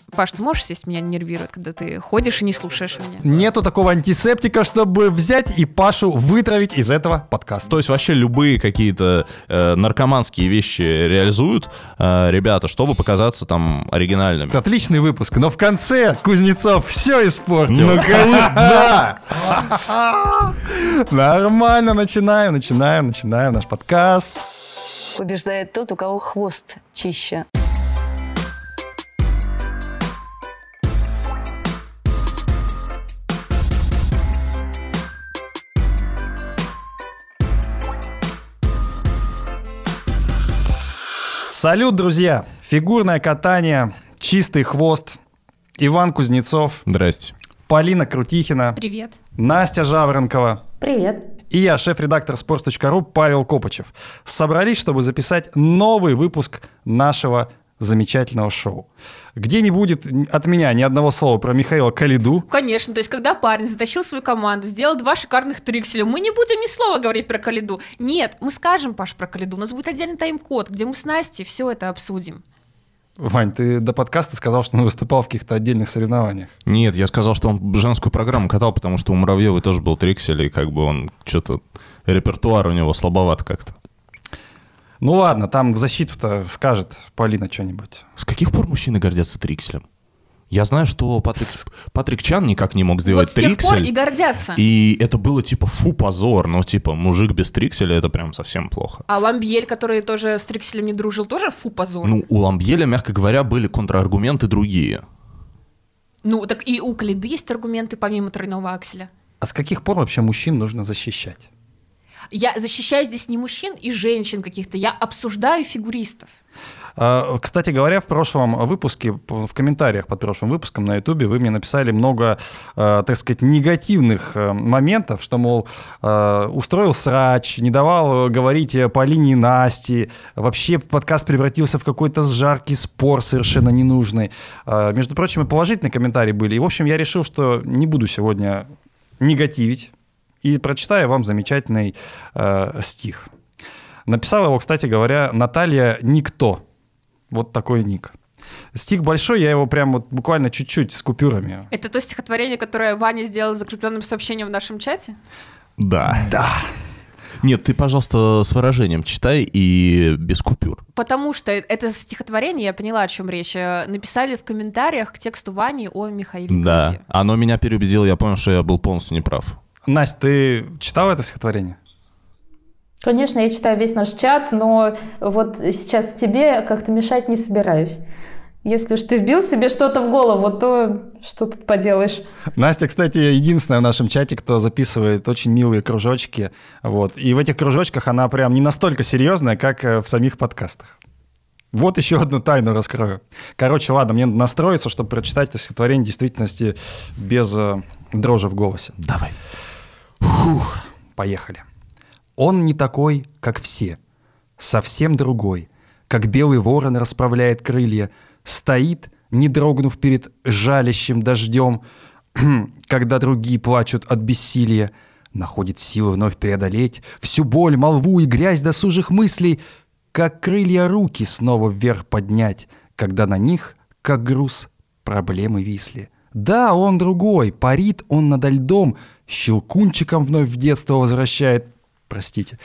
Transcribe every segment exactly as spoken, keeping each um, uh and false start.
Паш, ты можешь сесть, меня нервирует, когда ты ходишь и не слушаешь меня? Нету такого антисептика, чтобы взять и Пашу вытравить из этого подкаста. То есть вообще любые какие-то э, наркоманские вещи реализуют э, ребята, чтобы показаться там оригинальными. Отличный выпуск, но в конце Кузнецов все испортил. Ну, да! Нормально, начинаем, начинаем, начинаем наш подкаст. Побеждает тот, у кого хвост чище. Салют, друзья! Фигурное катание, чистый хвост. Иван Кузнецов. Здрасте. Полина Крутихина. Привет. Настя Жаворонкова. Привет. И я, шеф-редактор sports точка ru Павел Копычев. Собрались, чтобы записать новый выпуск нашего замечательного шоу, где не будет от меня ни одного слова про Михаила Калиду. Конечно, то есть когда парень затащил свою команду, сделал два шикарных трикселя, мы не будем ни слова говорить про Калиду. Нет, мы скажем, Паш, про Калиду. У нас будет отдельный тайм-код, где мы с Настей все это обсудим. Вань, ты до подкаста сказал, что он выступал в каких-то отдельных соревнованиях. Нет, я сказал, что он женскую программу катал, потому что у Муравьевой тоже был триксель, и как бы он что-то, репертуар у него слабоват как-то. Ну ладно, там в защиту-то скажет Полина что-нибудь. С каких пор мужчины гордятся трикселем? Я знаю, что Патрик, С... Патрик Чан никак не мог сделать вот триксель. Вот с тех пор и гордятся. И это было типа фу, позор, но типа мужик без трикселя — это прям совсем плохо. А Ламбьель, который тоже с трикселем не дружил, тоже фу, позор? Ну, у Ламбьеля, мягко говоря, были контраргументы другие. Ну, так и у Калиды есть аргументы помимо тройного акселя. А с каких пор вообще мужчин нужно защищать? Я защищаю здесь не мужчин и женщин каких-то, я обсуждаю фигуристов. Кстати говоря, в прошлом выпуске, в комментариях под прошлым выпуском на Ютубе вы мне написали много, так сказать, негативных моментов, что, мол, устроил срач, не давал говорить Полине и Насте, вообще подкаст превратился в какой-то жаркий спор совершенно ненужный. Между прочим, и положительные комментарии были. И, в общем, я решил, что не буду сегодня негативить, и прочитаю вам замечательный э, стих. Написала его, кстати говоря, Наталья Никто. Вот такой ник. Стих большой, я его прям вот буквально чуть-чуть с купюрами. Это то стихотворение, которое Ваня сделал закрепленным сообщением в нашем чате? Да. Да. Нет, ты, пожалуйста, с выражением читай и без купюр. Потому что это стихотворение, я поняла, о чем речь, написали в комментариях к тексту Вани о Михаиле Калиде. Да, оно меня переубедило, я понял, что я был полностью неправ. Настя, ты читала это стихотворение? Конечно, я читаю весь наш чат, но вот сейчас тебе как-то мешать не собираюсь. Если уж ты вбил себе что-то в голову, то что тут поделаешь? Настя, кстати, единственная в нашем чате, кто записывает очень милые кружочки. Вот. И в этих кружочках она прям не настолько серьезная, как в самих подкастах. Вот еще одну тайну раскрою. Короче, ладно, мне надо настроиться, чтобы прочитать это стихотворение в действительности без э, дрожи в голосе. Давай. Фух, поехали. Он не такой, как все, совсем другой, как белый ворон расправляет крылья, стоит, не дрогнув перед жалящим дождем, когда другие плачут от бессилия, находит силы вновь преодолеть всю боль, молву и грязь досужих мыслей, как крылья руки снова вверх поднять, когда на них, как груз, проблемы висли. Да, он другой, парит он над льдом, щелкунчиком вновь в детство возвращает. Простите.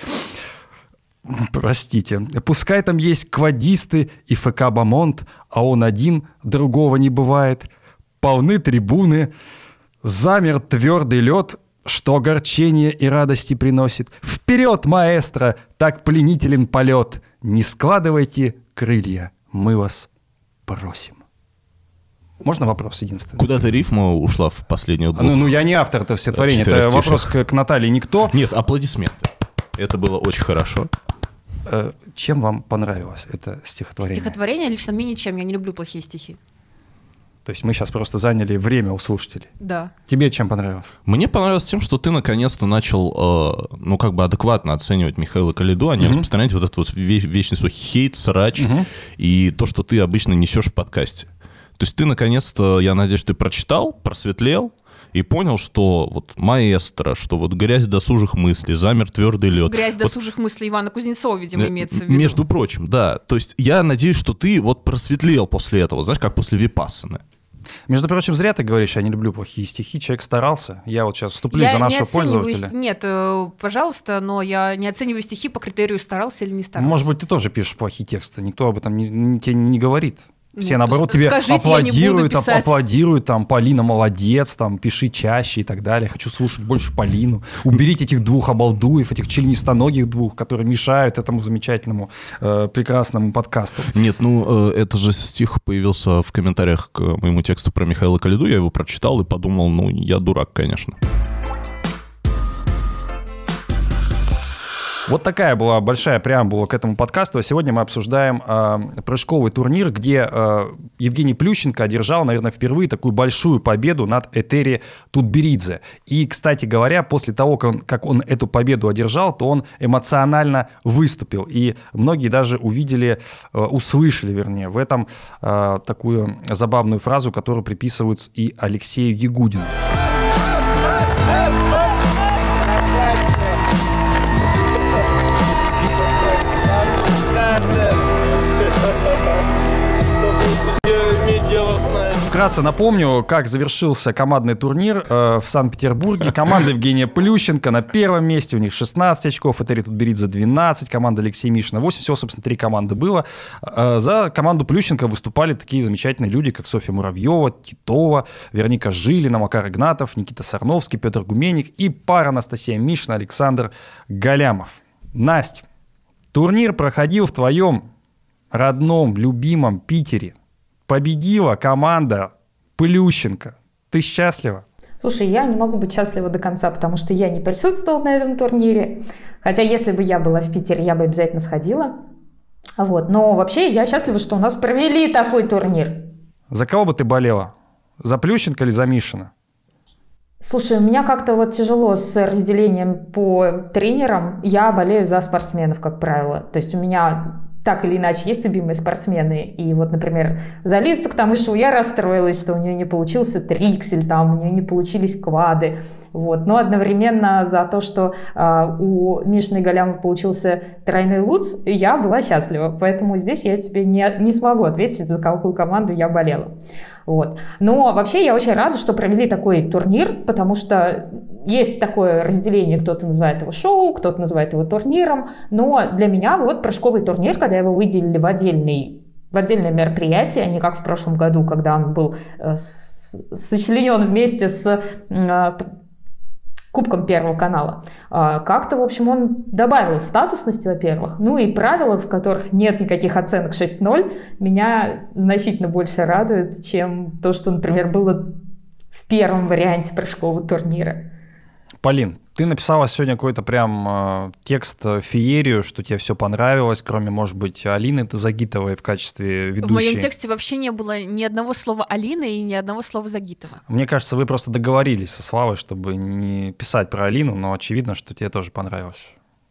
Простите. Пускай там есть квадисты и ФК Бамонт, а он один, другого не бывает. Полны трибуны, замер твердый лед, что огорчение и радости приносит. Вперед, маэстро, так пленителен полет. Не складывайте крылья, мы вас просим. Можно вопрос единственный? Куда-то рифма ушла в последнюю двух. Ну, ну я не автор этого стихотворения, это вопрос к, к Наталье Никто. Нет, аплодисменты. Это было очень хорошо. Э, чем вам понравилось это стихотворение? Стихотворение лично мне ничем, я не люблю плохие стихи. То есть мы сейчас просто заняли время у слушателей. Да. Тебе чем понравилось? Мне понравилось тем, что ты наконец-то начал, э, ну, как бы адекватно оценивать Михаила Калиду, а не mm-hmm. распространять вот этот вот вечный свой хейт, срач mm-hmm. и то, что ты обычно несешь в подкасте. То есть ты наконец-то, я надеюсь, что ты прочитал, просветлел и понял, что вот маэстро, что вот грязь досужих мыслей, замер твердый лед. Грязь вот, досужих мыслей Ивана Кузнецова, видимо, имеется в виду. Между прочим, да. То есть я надеюсь, что ты вот просветлел после этого, знаешь, как после випассаны. Между прочим, зря ты говоришь, я не люблю плохие стихи, человек старался. Я вот сейчас вступлю за нашего пользователя. Нет, пожалуйста, но я не оцениваю стихи по критерию, старался или не старался. Может быть, ты тоже пишешь плохие тексты, никто об этом не, не, тебе не говорит. Все, ну, наоборот, тебе скажите, аплодируют, аплодируют, там, Полина молодец, там, пиши чаще и так далее. Хочу слушать больше Полину. Уберите этих двух обалдуев, этих членистоногих двух, которые мешают этому замечательному, э, прекрасному подкасту. Нет, ну, э, это же стих появился в комментариях к моему тексту про Михаила Калиду. Я его прочитал и подумал, ну, я дурак, конечно. Вот такая была большая преамбула к этому подкасту. А сегодня мы обсуждаем э, прыжковый турнир, где э, Евгений Плющенко одержал, наверное, впервые такую большую победу над Этери Тутберидзе. И, кстати говоря, после того, как он, как он эту победу одержал, то он эмоционально выступил. И многие даже увидели, э, услышали, вернее, в этом э, такую забавную фразу, которую приписывают и Алексею Ягудину. Вкратце напомню, как завершился командный турнир э, в Санкт-Петербурге. Команда Евгения Плющенко на первом месте, у них шестнадцать очков, Этери Тутберидзе двенадцать, команда Алексея Мишина восемь, всего, собственно, три команды было. Э, за команду Плющенко выступали такие замечательные люди, как Софья Муравьева, Титова, Вероника Жилина, Макар Игнатов, Никита Сарновский, Петр Гуменник и пара Анастасия Мишина, Александр Галямов. Насть, турнир проходил в твоем родном, любимом Питере. Победила команда Плющенко. Ты счастлива? Слушай, я не могу быть счастлива до конца, потому что я не присутствовала на этом турнире. Хотя, если бы я была в Питере, я бы обязательно сходила. Вот. Но вообще я счастлива, что у нас провели такой турнир. За кого бы ты болела? За Плющенко или за Мишина? Слушай, у меня как-то вот тяжело с разделением по тренерам. Я болею за спортсменов, как правило. То есть у меня... Так или иначе, есть любимые спортсмены. И вот, например, за Лизу Токтамышеву я расстроилась, что у нее не получился триксель, там, у нее не получились квады. Вот. Но одновременно за то, что э, у Мишины и Галямова получился тройной луц, я была счастлива. Поэтому здесь я тебе не, не смогу ответить, за какую команду я болела. Вот. Но вообще я очень рада, что провели такой турнир, потому что есть такое разделение, кто-то называет его шоу, кто-то называет его турниром, но для меня вот прыжковый турнир, когда его выделили в отдельный в отдельное мероприятие, а не как в прошлом году, когда он был э, с, сочленен вместе с э, Кубком Первого канала. Э, как-то, в общем, он добавил статусности, во-первых, ну и правила, в которых нет никаких оценок шесть ноль, меня значительно больше радует, чем то, что, например, было в первом варианте прыжкового турнира. Полин, ты написала сегодня какой-то прям э, текст, феерию, что тебе все понравилось, кроме, может быть, Алины Загитовой в качестве ведущей. В моем тексте вообще не было ни одного слова Алины и ни одного слова Загитова. Мне кажется, вы просто договорились со Славой, чтобы не писать про Алину, но очевидно, что тебе тоже понравилось.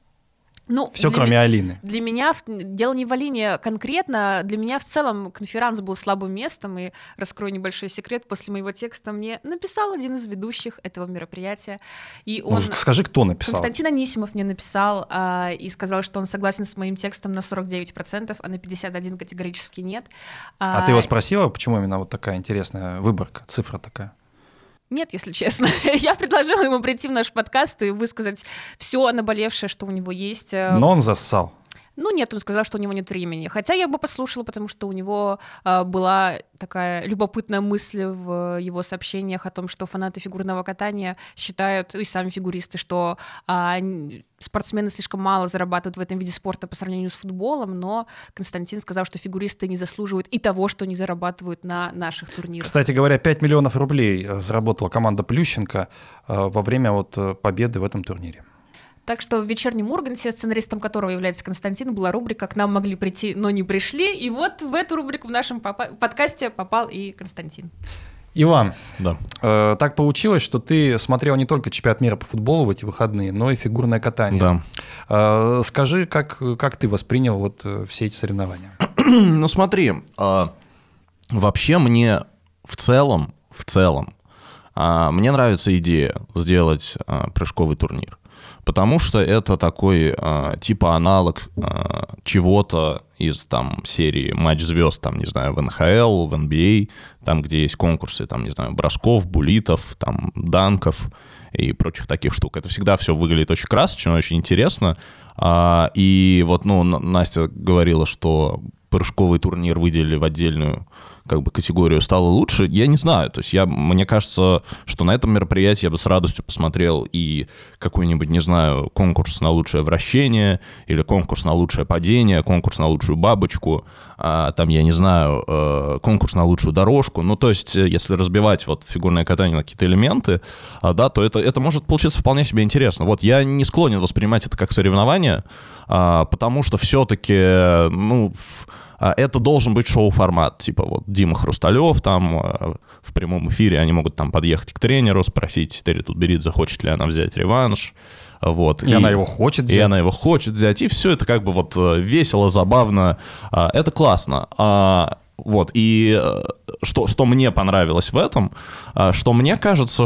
Ну, все, кроме ми- Алины. Для меня, дело не в Алине конкретно, для меня в целом конферанс был слабым местом, и раскрою небольшой секрет, после моего текста мне написал один из ведущих этого мероприятия, и он... Ну, скажи, кто написал? Константин Анисимов мне написал а, и сказал, что он согласен с моим текстом на сорок девять процентов, а на пятьдесят один процентов категорически нет. А, а ты его спросила, почему именно вот такая интересная выборка, цифра такая? Нет, если честно. Я предложила ему прийти в наш подкаст и высказать все наболевшее, что у него есть. Но он зассал. Ну нет, он сказал, что у него нет времени. Хотя я бы послушала, потому что у него э, была такая любопытная мысль в его сообщениях о том, что фанаты фигурного катания считают, и сами фигуристы, что э, спортсмены слишком мало зарабатывают в этом виде спорта по сравнению с футболом, но Константин сказал, что фигуристы не заслуживают и того, что они зарабатывают на наших турнирах. Кстати говоря, пять миллионов рублей заработала команда Плющенко э, во время вот победы в этом турнире. Так что в «Вечернем Урганте», сценаристом которого является Константин, была рубрика «К нам могли прийти, но не пришли». И вот в эту рубрику в нашем попа- подкасте попал и Константин. Иван, да. э, так получилось, что ты смотрел не только чемпионат мира по футболу в эти выходные, но и фигурное катание. Да. Э, скажи, как, как ты воспринял вот все эти соревнования? Ну смотри, э, вообще мне в целом, в целом, э, мне нравится идея сделать э, прыжковый турнир. потому что это такой э, типа аналог э, чего-то из там серии «Матч звезд», там, не знаю, в эн ха эл, в эн би эй, там, где есть конкурсы, там, не знаю, бросков, буллитов, там, данков и прочих таких штук. Это всегда все выглядит очень красочно, очень интересно. А, и вот, ну, Настя говорила, что прыжковый турнир выделили в отдельную как бы категорию, стало лучше, я не знаю. То есть я, мне кажется, что на этом мероприятии я бы с радостью посмотрел и какой-нибудь, не знаю, конкурс на лучшее вращение, или конкурс на лучшее падение, конкурс на лучшую бабочку, а, там, я не знаю, э, конкурс на лучшую дорожку. Ну, то есть, если разбивать вот фигурное катание на какие-то элементы, а, да, то это, это может получиться вполне себе интересно. Вот я не склонен воспринимать это как соревнование, а, потому что все-таки, ну, это должен быть шоу-формат, типа вот Дима Хрусталев там в прямом эфире, они могут там подъехать к тренеру, спросить Терри Тутберидзе, хочет ли она взять реванш. Вот. И, и она его хочет взять. И она его хочет взять, и все это как бы вот весело, забавно, это классно. Вот, и что, что мне понравилось в этом, что мне кажется,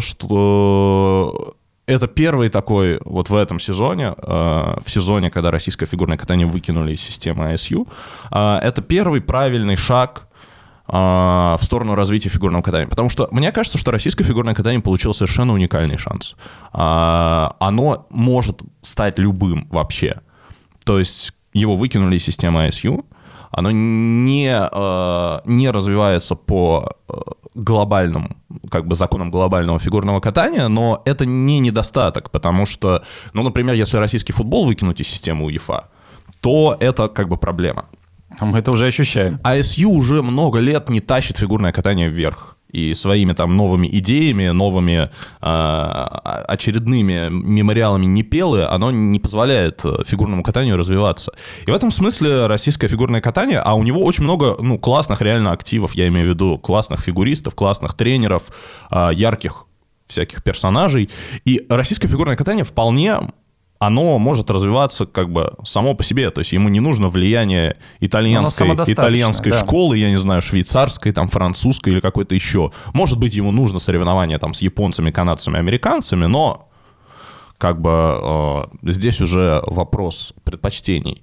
что... Это первый такой, вот в этом сезоне, э, в сезоне, когда российское фигурное катание выкинули из системы эй эс ю, э, это первый правильный шаг э, в сторону развития фигурного катания. Потому что мне кажется, что российское фигурное катание получило совершенно уникальный шанс. Э, оно может стать любым вообще. То есть его выкинули из системы эй эс ю, оно не, э, не развивается по э, глобальным, как бы законам глобального фигурного катания, но это не недостаток, потому что, ну, например, если российский футбол выкинуть из системы УЕФА, то это как бы проблема. Мы это уже ощущаем. эй эс ю уже много лет не тащит фигурное катание вверх. И своими там новыми идеями, новыми э, очередными мемориалами Непелы оно не позволяет фигурному катанию развиваться. И в этом смысле российское фигурное катание, а у него очень много, ну, классных реально активов, я имею в виду классных фигуристов, классных тренеров, э, ярких всяких персонажей. И российское фигурное катание вполне... оно может развиваться как бы само по себе, то есть ему не нужно влияние итальянской, итальянской да. школы, я не знаю, швейцарской, там, французской или какой-то еще. Может быть, ему нужно соревнование там с японцами, канадцами, американцами, но как бы э, здесь уже вопрос предпочтений.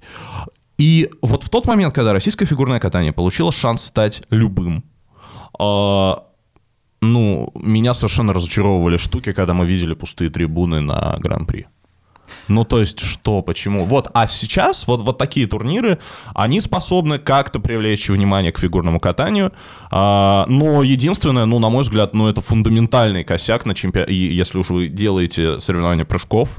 И вот в тот момент, когда российское фигурное катание получило шанс стать любым, э, ну, меня совершенно разочаровывали штуки, когда мы видели пустые трибуны на Гран-при. Ну, то есть, что, почему? Вот, а сейчас вот, вот такие турниры, они способны как-то привлечь внимание к фигурному катанию, а, но единственное, ну, на мой взгляд, ну, это фундаментальный косяк на чемпионате, если уж вы делаете соревнования прыжков,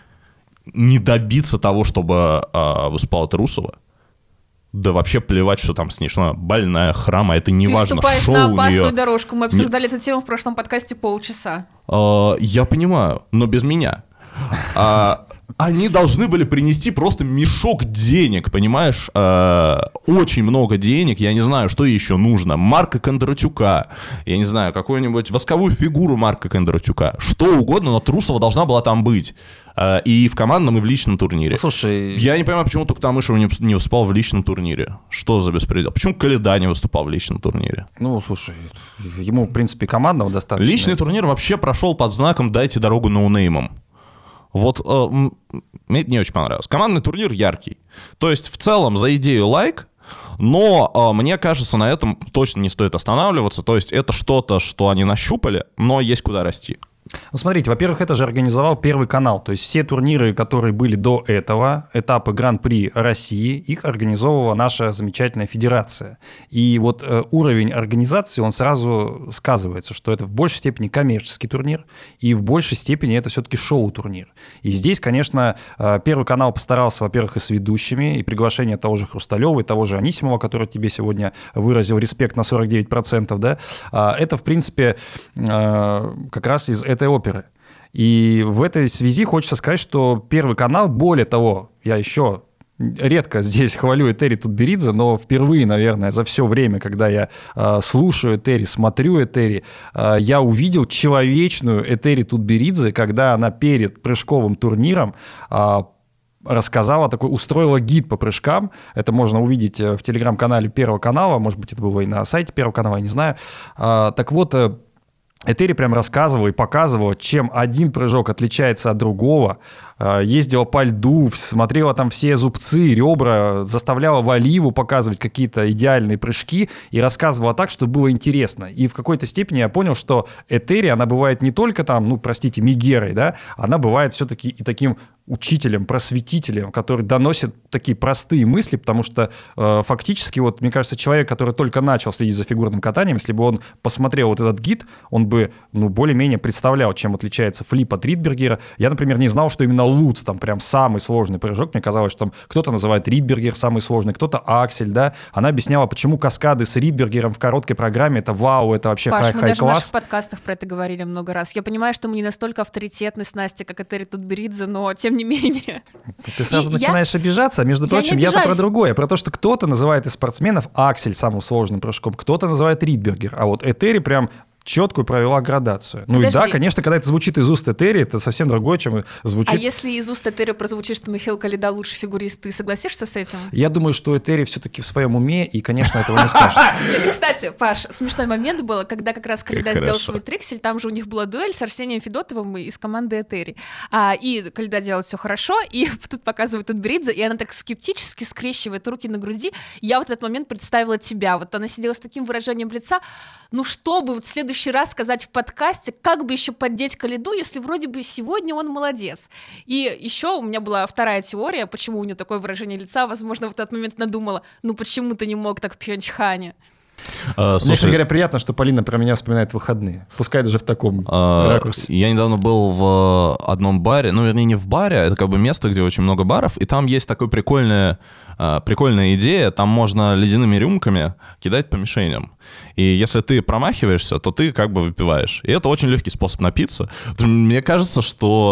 не добиться того, чтобы а, выступала Трусова. Да вообще плевать, что там с ней, что она больная, храма, это не Ты важно. Ты вступаешь шоу на опасную нее... дорожку, мы обсуждали не... эту тему в прошлом подкасте полчаса. А, я понимаю, но без меня. А, они должны были принести просто мешок денег, понимаешь? А, очень много денег, я не знаю, что еще нужно. Марка Кондратюка, я не знаю, какую-нибудь восковую фигуру Марка Кондратюка, что угодно, но Трусова должна была там быть. А, и в командном, и в личном турнире. Слушай... Я не понимаю, почему Туктамышева не, не выступал в личном турнире. Что за беспредел? Почему Коляда не выступал в личном турнире? Ну, слушай, ему, в принципе, командного достаточно. Личный турнир вообще прошел под знаком «Дайте дорогу ноунеймам». Вот э, мне это не очень понравилось. Командный турнир яркий. То есть в целом за идею лайк, но э, мне кажется, на этом точно не стоит останавливаться. То есть это что-то, что они нащупали, но есть куда расти. Ну, смотрите, во-первых, это же организовал Первый канал. То есть все турниры, которые были до этого, этапы Гран-при России, их организовывала наша замечательная федерация. И вот э, уровень организации, он сразу сказывается, что это в большей степени коммерческий турнир, и в большей степени это все-таки шоу-турнир. И здесь, конечно, э, Первый канал постарался, во-первых, и с ведущими, и приглашение того же Хрусталева, и того же Анисимова, который тебе сегодня выразил респект на сорок девять процентов, да, э, это, в принципе, э, как раз из этого этой оперы. И в этой связи хочется сказать, что Первый канал, более того, я еще редко здесь хвалю Этери Тутберидзе, но впервые, наверное, за все время, когда я э, слушаю Этери, смотрю Этери, э, я увидел человечную Этери Тутберидзе, когда она перед прыжковым турниром э, рассказала, такой, устроила гид по прыжкам. Это можно увидеть в телеграм-канале Первого канала, может быть, это было и на сайте Первого канала, я не знаю. Э, так вот, э, Этери прям рассказывала и показывала, чем один прыжок отличается от другого. Ездила по льду, смотрела там все зубцы, ребра, заставляла Валиеву показывать какие-то идеальные прыжки и рассказывала так, что было интересно. И в какой-то степени я понял, что Этери, она бывает не только там, ну, простите, Мегерой, да, она бывает все-таки и таким учителем, просветителем, который доносит такие простые мысли, потому что э, фактически, вот, мне кажется, человек, который только начал следить за фигурным катанием, если бы он посмотрел вот этот гид, он бы, ну, более-менее представлял, чем отличается флип от Ридбергера. Я, например, не знал, что именно Луц там прям самый сложный прыжок. Мне казалось, что там кто-то называет Ридбергер самый сложный, кто-то Аксель, да. Она объясняла, почему каскады с Ридбергером в короткой программе — это вау, это вообще Паш, хай-класс. мы даже в наших подкастах про это говорили много раз. Я понимаю, что мы не настолько авторитетны с Настей, как Этери Тутберидзе, но тем не менее. Ты сразу И начинаешь я... обижаться, а между я прочим, я-то про другое, про то, что кто-то называет из спортсменов Аксель самым сложным прыжком, кто-то называет Ридбергер, а вот Этери прям четкую провела градацию. Ну Подожди. И да, конечно, когда это звучит из уст Этери, это совсем другое, чем звучит... А если из уст Этери прозвучит, что Михаил Коляда лучший фигурист, ты согласишься с этим? Я думаю, что Этери все-таки в своем уме, и, конечно, этого не скажет. Кстати, Паш, смешной момент был, когда как раз Коляда сделал свой триксель, там же у них была дуэль с Арсением Федотовым из команды Этери. А, и Коляда делает все хорошо, и тут показывает Тутберидзе, и она так скептически скрещивает руки на груди. Я вот в этот момент представила тебя. Вот она сидела с таким выражением лица. Ну, чтобы вот в следующий раз сказать в подкасте, как бы еще поддеть Коляду, если вроде бы сегодня он молодец. И еще у меня была вторая теория, почему у нее такое выражение лица. Возможно, в этот момент надумала, ну почему ты не мог так в Пхёнчхане? А, Мне, кстати говоря, приятно, что Полина про меня вспоминает выходные. Пускай даже в таком а, ракурсе. Я недавно был в одном баре, ну, вернее, не в баре, это как бы место, где очень много баров, и там есть такая прикольная, прикольная идея, там можно ледяными рюмками кидать по мишеням. И если ты промахиваешься, то ты как бы выпиваешь. И это очень легкий способ напиться. Мне кажется,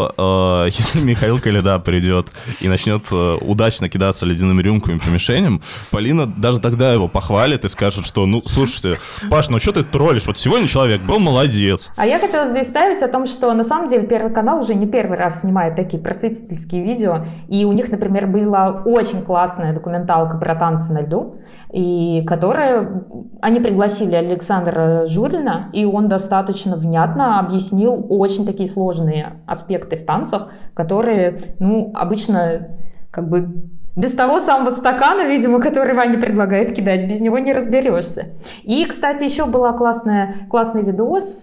что э, если Михаил Коляда придет и начнет э, удачно кидаться ледяными рюмками по мишеням, Полина даже тогда его похвалит и скажет, что, ну, слушайте, Паш, ну что ты троллишь? Вот сегодня человек был молодец. А я хотела здесь ставить о том, что на самом деле Первый канал уже не первый раз снимает такие просветительские видео. И у них, например, была очень классная документалка про танцы на льду, и которая... Они пригласили Александра Журина, и он достаточно внятно объяснил очень такие сложные аспекты в танцах, которые, ну, обычно как бы без того самого стакана, видимо, который Ваня предлагает кидать, без него не разберешься. И, кстати, еще была классная, классный видос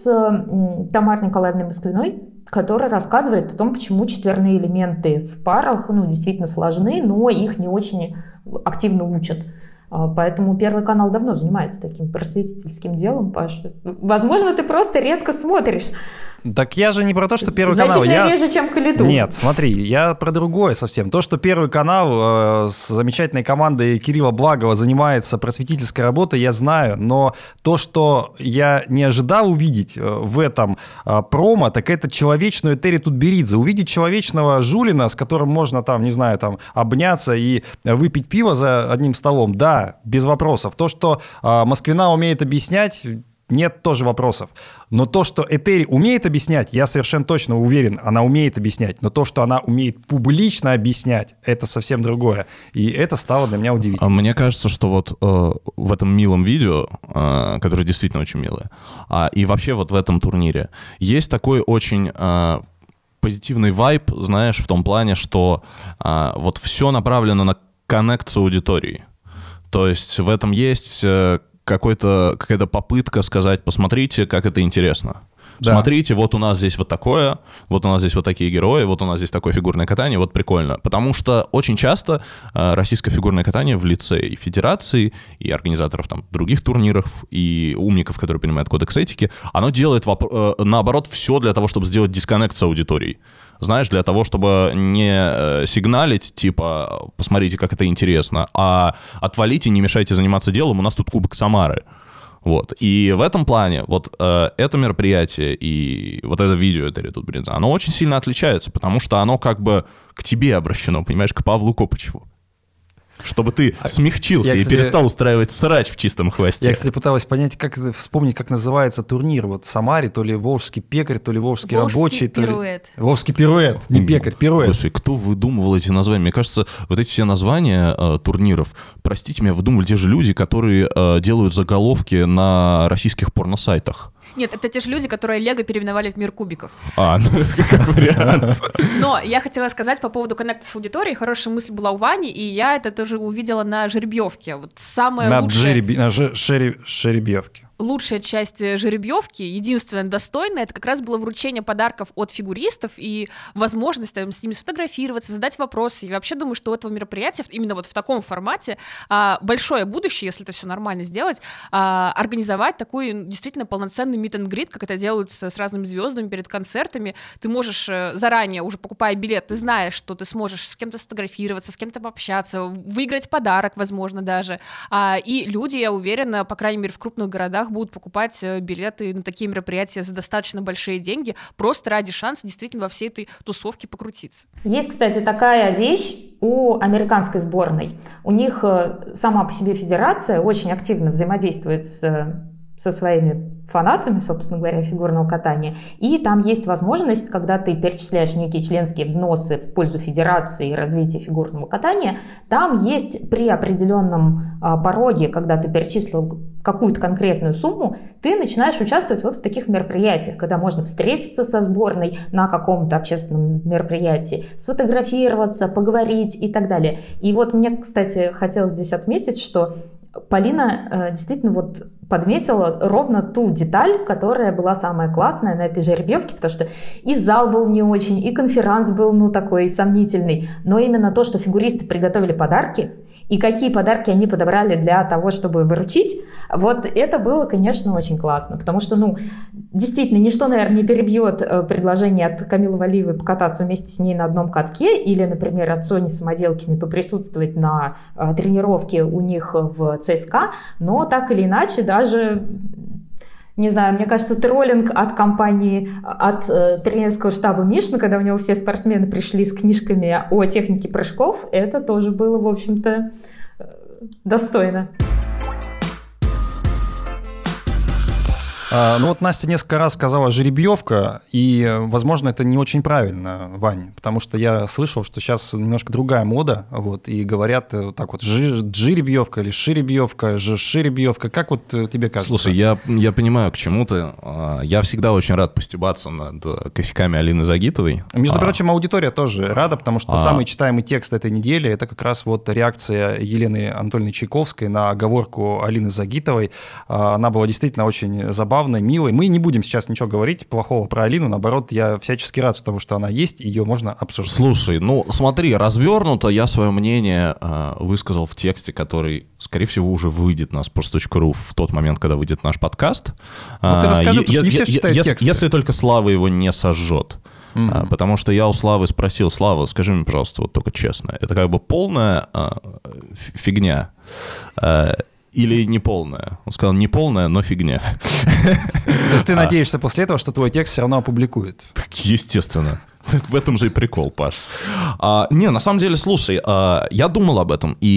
с Тамарой Николаевной Москвиной, который рассказывает о том, почему четверные элементы в парах, ну, действительно сложны, но их не очень активно учат. Поэтому Первый канал давно занимается таким просветительским делом, Паша. Возможно, ты просто редко смотришь. Так я же не про то, что Первый Значит, канал... Значительно я... реже, чем Коляду. Нет, смотри, я про другое совсем. То, что Первый канал э, с замечательной командой Кирилла Благова занимается просветительской работой, я знаю. Но то, что я не ожидал увидеть э, в этом э, промо, так это человечную Этери Тутберидзе. Увидеть человечного Жулина, с которым можно там, не знаю, там обняться и выпить пиво за одним столом, да, без вопросов. То, что э, Москвина умеет объяснять... Нет тоже вопросов. Но то, что Этери умеет объяснять, я совершенно точно уверен, она умеет объяснять. Но то, что она умеет публично объяснять, это совсем другое. И это стало для меня удивительно. Мне кажется, что вот э, в этом милом видео, э, которое действительно очень милое, э, и вообще вот в этом турнире, есть такой очень... Э, позитивный вайб, знаешь, в том плане, что э, вот все направлено на коннект с аудиторией. То есть в этом есть... Э, какой-то, какая-то попытка сказать, посмотрите, как это интересно. Да. Смотрите, вот у нас здесь вот такое, вот у нас здесь вот такие герои, вот у нас здесь такое фигурное катание, вот прикольно. Потому что очень часто э, российское фигурное катание в лице и федерации, и организаторов там других турниров, и умников, которые понимают кодекс этики, оно делает, воп- э, наоборот, все для того, чтобы сделать дисконнект с аудиторией. Знаешь, для того, чтобы не сигналить, типа, посмотрите, как это интересно, а отвалите, не мешайте заниматься делом, у нас тут Кубок Самары. Вот. И в этом плане вот э, это мероприятие и вот это видео Этери Тутберидзе, оно очень сильно отличается, потому что оно как бы к тебе обращено, понимаешь, к Павлу Копычеву. Чтобы ты смягчился я, кстати, и перестал устраивать срач в чистом хвосте. Я, кстати, пыталась понять, как вспомнить, как называется турнир. Вот в Самаре, то ли Волжский пекарь, то ли Волжский, Волжский рабочий. Пируэт. То ли... Волжский пируэт, не пекарь, пируэт. Господи, кто выдумывал эти названия? Мне кажется, вот эти все названия э, турниров, простите меня, выдумывали те же люди, которые э, делают заголовки на российских порносайтах. Нет, это те же люди, которые Лего переименовали в мир кубиков. А, ну, как вариант. Но я хотела сказать по поводу коннекта с аудиторией. Хорошая мысль была у Вани, и я это тоже увидела на жеребьевке. Вот самое на лучшее... Джереби... на же... шери... жеребьевке. Лучшая часть жеребьевки, единственная достойная, это как раз было вручение подарков от фигуристов и возможность там, с ними сфотографироваться, задать вопросы. Я вообще думаю, что у этого мероприятия именно вот в таком формате а, большое будущее, если это все нормально сделать, а, организовать такой действительно полноценный meet and greet, как это делается с разными звездами перед концертами. Ты можешь заранее, уже покупая билет, ты знаешь, что ты сможешь с кем-то сфотографироваться, с кем-то пообщаться, выиграть подарок, возможно, даже. А, и люди, я уверена, по крайней мере, в крупных городах будут покупать билеты на такие мероприятия за достаточно большие деньги, просто ради шанса действительно во всей этой тусовке покрутиться. Есть, кстати, такая вещь у американской сборной. У них сама по себе федерация очень активно взаимодействует с, со своими фанатами, собственно говоря, фигурного катания. И там есть возможность, когда ты перечисляешь некие членские взносы в пользу федерации и развития фигурного катания, там есть при определенном а, пороге, когда ты перечислил какую-то конкретную сумму, ты начинаешь участвовать вот в таких мероприятиях, когда можно встретиться со сборной на каком-то общественном мероприятии, сфотографироваться, поговорить и так далее. И вот мне, кстати, хотелось здесь отметить, что Полина э, действительно вот подметила ровно ту деталь, которая была самая классная на этой жеребьевке, потому что и зал был не очень, и конферанс был, ну, такой сомнительный, но именно то, что фигуристы приготовили подарки, и какие подарки они подобрали для того, чтобы выручить, вот это было, конечно, очень классно, потому что, ну, действительно, ничто, наверное, не перебьет предложение от Камилы Валиевой покататься вместе с ней на одном катке или, например, от Сони Самоделкиной поприсутствовать на тренировке у них в ЦСКА, но так или иначе, даже... Не знаю, мне кажется, троллинг от компании, от э, тренерского штаба Мишина, когда у него все спортсмены пришли с книжками о технике прыжков, это тоже было, в общем-то, э, достойно. А, ну вот Настя несколько раз сказала жеребьевка, и, возможно, это не очень правильно, Вань, потому что я слышал, что сейчас немножко другая мода, вот, и говорят вот так вот жеребьевка или ширебьевка, ширебьевка. Как вот тебе кажется? Слушай, я, я понимаю, к чему ты. Я всегда очень рад постебаться над косяками Алины Загитовой. Между а... прочим, аудитория тоже рада, потому что а... самый читаемый текст этой недели — это как раз вот реакция Елены Анатольевны Чайковской на оговорку Алины Загитовой. Она была действительно очень забавной, милой. Мы не будем сейчас ничего говорить плохого про Алину, наоборот, я всячески рад тому, что она есть, ее можно обсуждать. Слушай, ну смотри, развернуто я свое мнение э, высказал в тексте, который, скорее всего, уже выйдет на sports точка ru в тот момент, когда выйдет наш подкаст. Ну ты расскажи, потому что не все читают тексты. Если только Слава его не сожжет. Mm-hmm. Потому что я у Славы спросил: Слава, скажи мне, пожалуйста, вот только честно, это как бы полная э, фигня э, или не полная? Он сказал, не полная, но фигня. То есть ты надеешься после этого, что твой текст все равно опубликуют? Естественно. В этом же и прикол, Паш. А, не, на самом деле, слушай, а, я думал об этом, и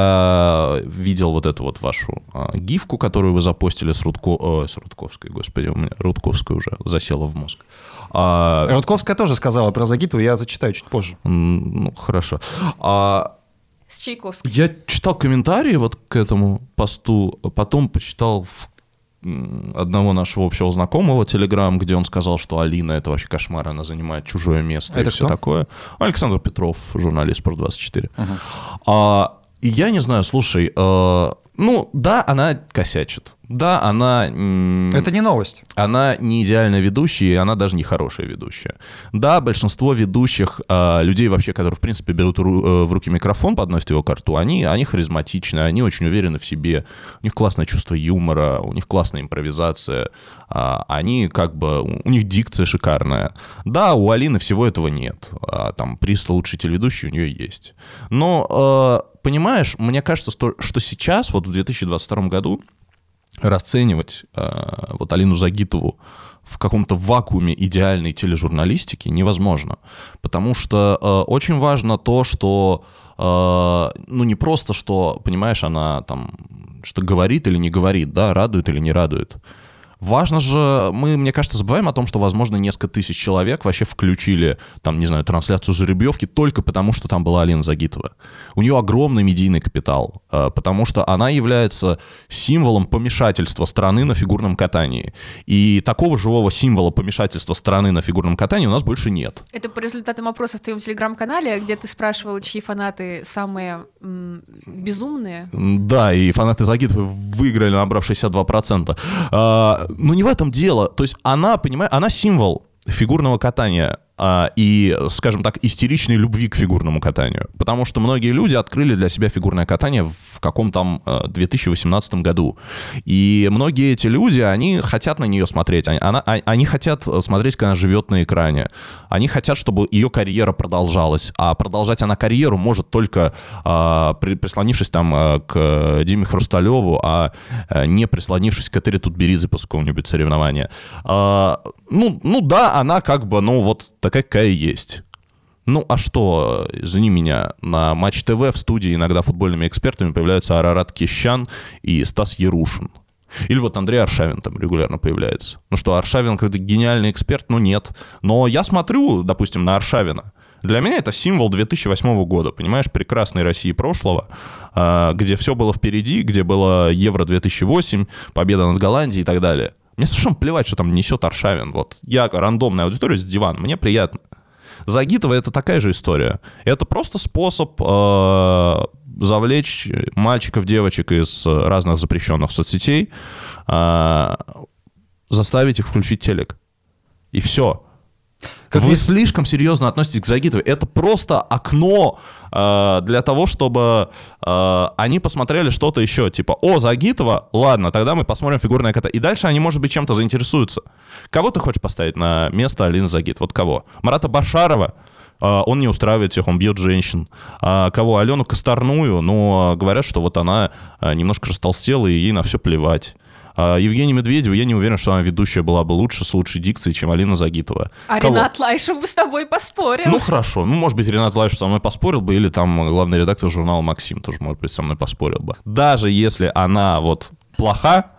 я видел вот эту вот вашу а, гифку, которую вы запостили с, Рудко... О, с Рудковской, господи, у меня Рудковская уже засела в мозг. А... Рудковская тоже сказала про Загитову, я зачитаю чуть позже. Ну, хорошо. А... С Чайковской. Я читал комментарии вот к этому посту, потом почитал в одного нашего общего знакомого Телеграм, где он сказал, что Алина — это вообще кошмар, она занимает чужое место. Это и все такое. Александр Петров, журналист спорт двадцать четыре. Uh-huh. А, и я не знаю, слушай, э, ну да, она косячит. Да, она... Это не новость. Она не идеальная ведущая, и она даже не хорошая ведущая. Да, большинство ведущих, э, людей вообще, которые, в принципе, берут ру, э, в руки микрофон, подносят его к рту, они, они харизматичны, они очень уверены в себе, у них классное чувство юмора, у них классная импровизация, э, они как бы... У них дикция шикарная. Да, у Алины всего этого нет. Э, там приз «Лучший телеведущий» у нее есть. Но, э, понимаешь, мне кажется, что, что сейчас, вот в две тысячи двадцать втором году, расценивать э, вот Алину Загитову в каком-то вакууме идеальной тележурналистики невозможно, потому что э, очень важно то, что э, ну не просто, что, понимаешь, она там что говорит или не говорит, да, радует или не радует. Важно же, мы, мне кажется, забываем о том, что, возможно, несколько тысяч человек вообще включили, там, не знаю, трансляцию жеребьевки только потому, что там была Алина Загитова. У нее огромный медийный капитал, потому что она является символом помешательства страны на фигурном катании. И такого живого символа помешательства страны на фигурном катании у нас больше нет. Это по результатам опроса в твоем телеграм-канале, где ты спрашивал, чьи фанаты самые м- безумные. Да, и фанаты Загитовой выиграли, набрав шестьдесят два процента. А, но не в этом дело. То есть она, понимаешь, она символ фигурного катания а, и, скажем так, истеричной любви к фигурному катанию. Потому что многие люди открыли для себя фигурное катание в каком-то две тысячи восемнадцатом году. И многие эти люди, они хотят на нее смотреть. Они, она, они хотят смотреть, как она живет на экране. Они хотят, чтобы ее карьера продолжалась. А продолжать она карьеру может только а, при, прислонившись там а, к Диме Хрусталеву, а, а не прислонившись к Этери Тутберидзе после какого-нибудь соревнования. А, ну, ну да, она как бы, ну вот такая, какая есть. Ну, а что, извини меня, на Матч ТВ в студии иногда футбольными экспертами появляются Арарат Кещян и Стас Ярушин. Или вот Андрей Аршавин там регулярно появляется. Ну что, Аршавин какой-то гениальный эксперт? Ну нет. Но я смотрю, допустим, на Аршавина. Для меня это символ две тысячи восьмого года, понимаешь, прекрасной России прошлого, где все было впереди, где было Евро две тысячи восемь, победа над Голландией и так далее. Мне совершенно плевать, что там несет Аршавин. Вот я рандомная аудитория с дивана, мне приятно. Загитова — это такая же история. Это просто способ э, завлечь мальчиков, девочек из разных запрещенных соцсетей, э, заставить их включить телек. И все. Как Вы здесь... слишком серьезно относитесь к Загитовой. Это просто окно э, для того, чтобы э, они посмотрели что-то еще. Типа, о, Загитова, ладно, тогда мы посмотрим фигурное катание. И дальше они, может быть, чем-то заинтересуются. Кого ты хочешь поставить на место Алины Загитовой? Вот кого? Марата Башарова? Э, он не устраивает всех, он бьет женщин. А кого? Алену Косторную? Ну, говорят, что вот она немножко растолстела, и ей на все плевать. А Евгения Медведева, я не уверен, что она ведущая была бы лучше, с лучшей дикцией, чем Алина Загитова. А Кого? Ренат Лайшев бы с тобой поспорил. Ну, хорошо. Ну, может быть, Ренат Лайшев со мной поспорил бы, или там главный редактор журнала «Максим» тоже, может быть, со мной поспорил бы. Даже если она вот плоха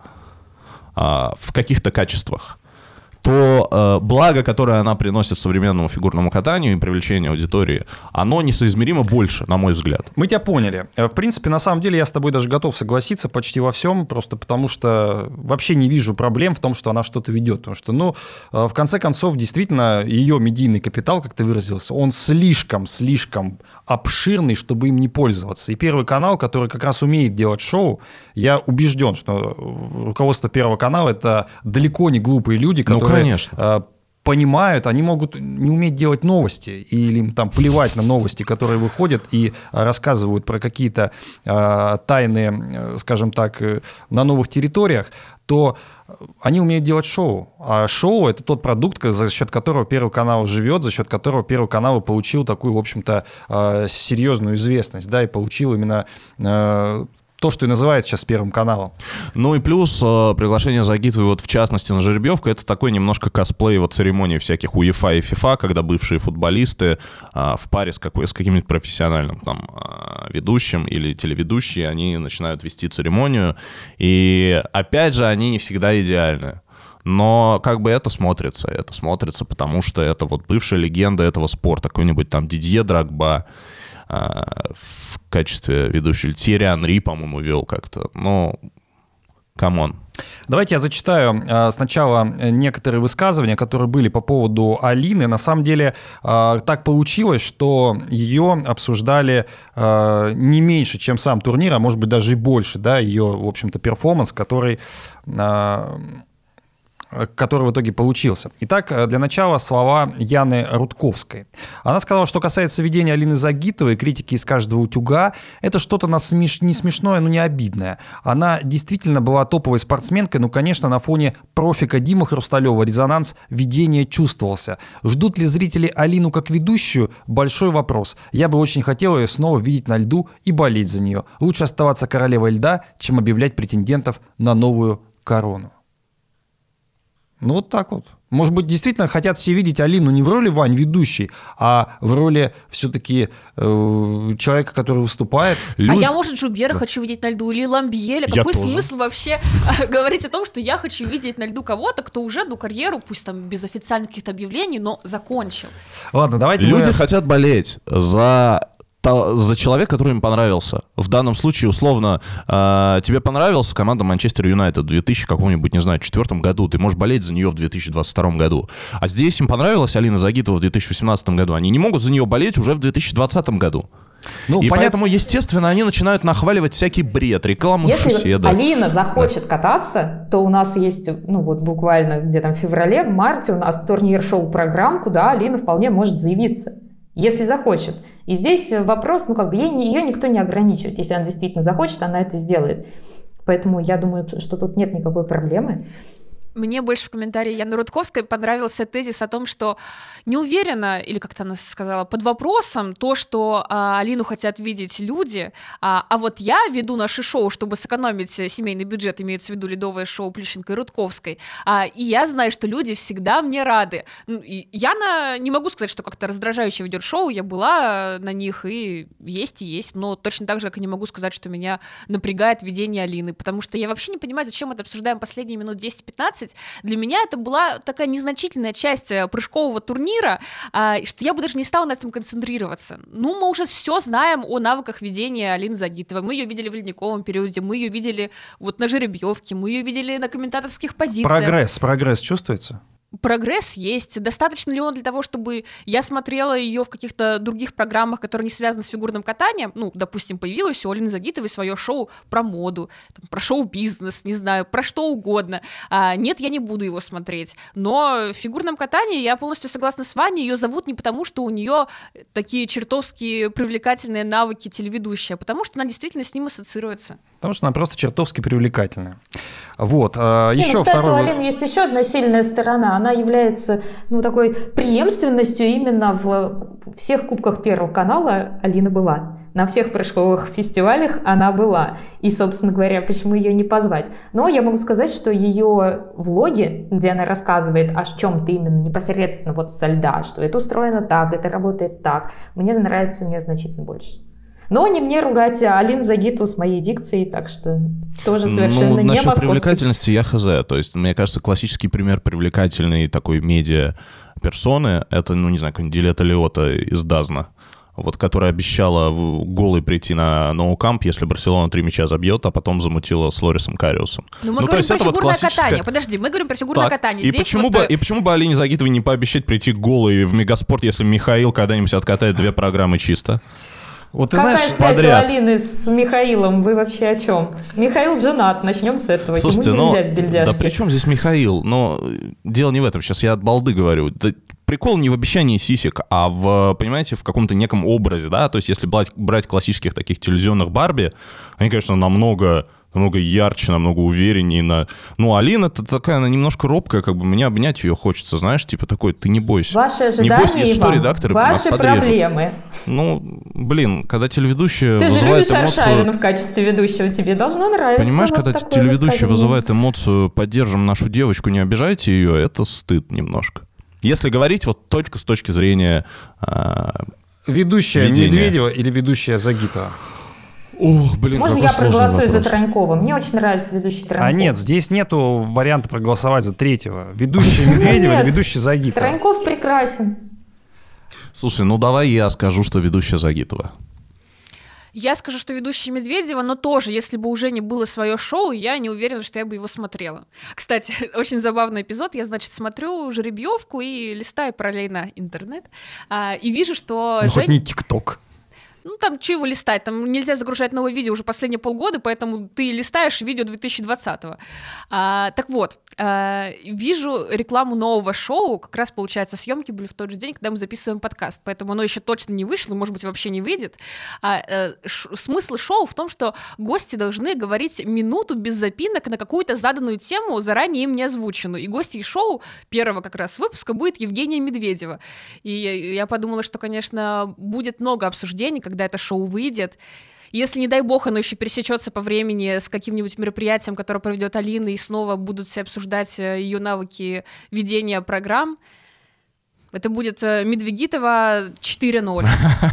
а, в каких-то качествах, то э, благо, которое она приносит современному фигурному катанию и привлечению аудитории, оно несоизмеримо больше, на мой взгляд. Мы тебя поняли. В принципе, на самом деле, я с тобой даже готов согласиться почти во всем, просто потому что вообще не вижу проблем в том, что она что-то ведет. Потому что, ну, в конце концов, действительно, ее медийный капитал, как ты выразился, он слишком-слишком обширный, чтобы им не пользоваться. И Первый канал, который как раз умеет делать шоу, я убежден, что руководство Первого канала — это далеко не глупые люди, которые... Ну, конечно. Понимают, они могут не уметь делать новости или им там плевать на новости, которые выходят и рассказывают про какие-то э, тайны, скажем так, на новых территориях, то они умеют делать шоу. А шоу — это тот продукт, за счет которого Первый канал живет, за счет которого Первый канал получил такую, в общем-то, э, серьезную известность, да, и получил именно... Э, то, что и называют сейчас Первым каналом. Ну и плюс э, приглашение Загитовой, вот в частности на жеребьевку, это такой немножко косплей вот церемонии всяких УЕФА и ФИФА, когда бывшие футболисты э, в паре с, какой, с каким-нибудь профессиональным там э, ведущим или телеведущие, они начинают вести церемонию. И опять же, они не всегда идеальны. Но как бы это смотрится, это смотрится, потому что это вот бывшая легенда этого спорта, какой-нибудь там Дидье Дрогба в качестве ведущего. Тьерри Анри, по-моему, вел как-то. Ну, камон. Давайте я зачитаю сначала некоторые высказывания, которые были по поводу Алины. На самом деле так получилось, что ее обсуждали не меньше, чем сам турнир, а может быть даже и больше, да, ее, в общем-то, перформанс, который... который в итоге получился. Итак, для начала слова Яны Рудковской. Она сказала, что касается ведения Алины Загитовой, критики из каждого утюга, это что-то на смеш... не смешное, но не обидное. Она действительно была топовой спортсменкой, но, конечно, на фоне профика Димы Хрусталева резонанс ведения чувствовался. Ждут ли зрители Алину как ведущую? Большой вопрос. Я бы очень хотел ее снова видеть на льду и болеть за нее. Лучше оставаться королевой льда, чем объявлять претендентов на новую корону. Ну, вот так вот. Может быть, действительно хотят все видеть Алину не в роли Вань ведущей, а в роли все-таки э, человека, который выступает. Люд... А я, может, Жубера да. хочу видеть на льду или Ламбьеля. Какой тоже. Смысл вообще говорить о том, что я хочу видеть на льду кого-то, кто уже, ну, карьеру, пусть там без официальных каких-то объявлений, но закончил. Ладно, давайте... Люди мы... хотят болеть за... за человека, который им понравился. В данном случае, условно, э, тебе понравилась команда Манчестер Юнайтед в две тысячи каком-нибудь, не знаю, четвёртом году, ты можешь болеть за нее в две тысячи двадцать втором году. А здесь им понравилась Алина Загитова в две тысячи восемнадцатом году, они не могут за нее болеть уже в две тысячи двадцатом году. Ну, и понятно... поэтому, естественно, они начинают нахваливать всякий бред, рекламу Если соседа. Если Алина захочет да. кататься, то у нас есть, ну вот буквально где-то в феврале, в марте у нас турнир-шоу-программ, куда Алина вполне может заявиться. Если захочет. И здесь вопрос, ну как бы, ей, ее никто не ограничивает. Если она действительно захочет, она это сделает. Поэтому я думаю, что тут нет никакой проблемы. Мне больше в комментарии Яны Рудковской понравился тезис о том, что не уверена, или как-то она сказала, под вопросом то, что а, Алину хотят видеть люди, а, а вот я веду наше шоу, чтобы сэкономить семейный бюджет, имеется в виду ледовое шоу Плющенко и Рудковской, а, и я знаю, что люди всегда мне рады. И Яна, не могу сказать, что как-то раздражающе ведет шоу, я была на них, и есть, и есть, но точно так же, как и не могу сказать, что меня напрягает ведение Алины, потому что я вообще не понимаю, зачем мы это обсуждаем последние минут десять-пятнадцать. Для меня это была такая незначительная часть прыжкового турнира, что я бы даже не стала на этом концентрироваться. Ну, мы уже все знаем о навыках ведения Алины Загитовой. Мы ее видели в ледниковом периоде, мы ее видели вот на жеребьевке, мы ее видели на комментаторских позициях. Прогресс, прогресс чувствуется? Прогресс есть. Достаточно ли он для того, чтобы я смотрела ее в каких-то других программах, которые не связаны с фигурным катанием? Ну, допустим, появилось у Алины Загитовой свое шоу про моду, там, про шоу-бизнес, не знаю, про что угодно. А, нет, я не буду его смотреть. Но в фигурном катании я полностью согласна с Ваней. Ее зовут не потому, что у нее такие чертовски привлекательные навыки телеведущие, а потому что она действительно с ним ассоциируется. Потому что она просто чертовски привлекательная. Вот. А, не, еще ну, кстати, второй... у Алины есть еще одна сильная сторона. Она является, ну, такой преемственностью именно в всех кубках Первого канала. Алина была. На всех прыжковых фестивалях она была. И, собственно говоря, почему ее не позвать? Но я могу сказать, что ее влоги, где она рассказывает о чем-то именно непосредственно вот со льда, что это устроено так, это работает так, мне нравится мне значительно больше. Но не мне ругать Алину Загитову с моей дикцией, так что тоже совершенно ну, не насчет московский. Привлекательности я хз. То есть, мне кажется, классический пример привлекательной такой медиа-персоны — это, ну, не знаю, какая-нибудь Дилетта Лиота из Дазна, вот, которая обещала голой прийти на ноу-камп, если Барселона три мяча забьет, а потом замутила с Лорисом Кариусом. Но мы ну, говорим про это фигурное вот классическое... катание. Подожди, мы говорим про фигурное так, катание. И Здесь почему, вот... бы, и почему бы Алине Загитовой не пообещать прийти голой в Мегаспорт, если Михаил когда-нибудь откатает две программы чисто? Вот ты Какая знаешь, связь подряд. у Алины с Михаилом? Вы вообще о чем? Михаил женат, начнем с этого. Слушайте, ему нельзя но, в бельдяшке. Да при чем здесь Михаил? Но дело не в этом. Сейчас я от балды говорю. Да, прикол не в обещании сисек, а в, понимаете, в каком-то неком образе, да? То есть если брать, брать классических таких телевизионных Барби, они, конечно, намного... намного ярче, намного увереннее. На... Ну, Алина-то такая, она немножко робкая, как бы мне обнять ее хочется, знаешь, типа такой, ты не бойся. Ваши ожидания, не бойся, если Иван, что, редакторы ваши нас проблемы. Ну, блин, когда телеведущая Ты же вызывает любишь эмоцию... Аршавина в качестве ведущего, тебе должно нравиться. Понимаешь, вот когда телеведущий вызывает эмоцию «поддержим нашу девочку, не обижайте ее», это стыд немножко. Если говорить вот только с точки зрения а... Ведущая ведения. Медведева или ведущая Загитова? Ох, блин, Можно я проголосую за Тронькова? Мне очень нравится ведущий Троньков. А нет, здесь нету варианта проголосовать за третьего. Ведущий Медведева или ведущий Загитова? Троньков прекрасен. Слушай, ну давай я скажу, что ведущая Загитова. Я скажу, что ведущая Медведева, но тоже, если бы уже не было свое шоу, я не уверена, что я бы его смотрела. Кстати, очень забавный эпизод. Я, значит, смотрю жеребьевку и листаю параллельно интернет, а, и вижу, что... Ну, Жень... хоть не ТикТок. Ну, там, что его листать? Там нельзя загружать новые видео уже последние полгода, поэтому ты листаешь видео две тысячи двадцатого. А, так вот, а, вижу рекламу нового шоу, как раз, получается, съемки были в тот же день, когда мы записываем подкаст, поэтому оно еще точно не вышло, может быть, вообще не выйдет. А, а, ш- смысл шоу в том, что гости должны говорить минуту без запинок на какую-то заданную тему, заранее им не озвученную. И гостьей шоу первого как раз выпуска будет Евгения Медведева. И я подумала, что, конечно, будет много обсуждений, когда это шоу выйдет. Если, не дай бог, оно еще пересечется по времени с каким-нибудь мероприятием, которое проведет Алина, и снова будут все обсуждать ее навыки ведения программ, это будет Медвегитова четыре ноль.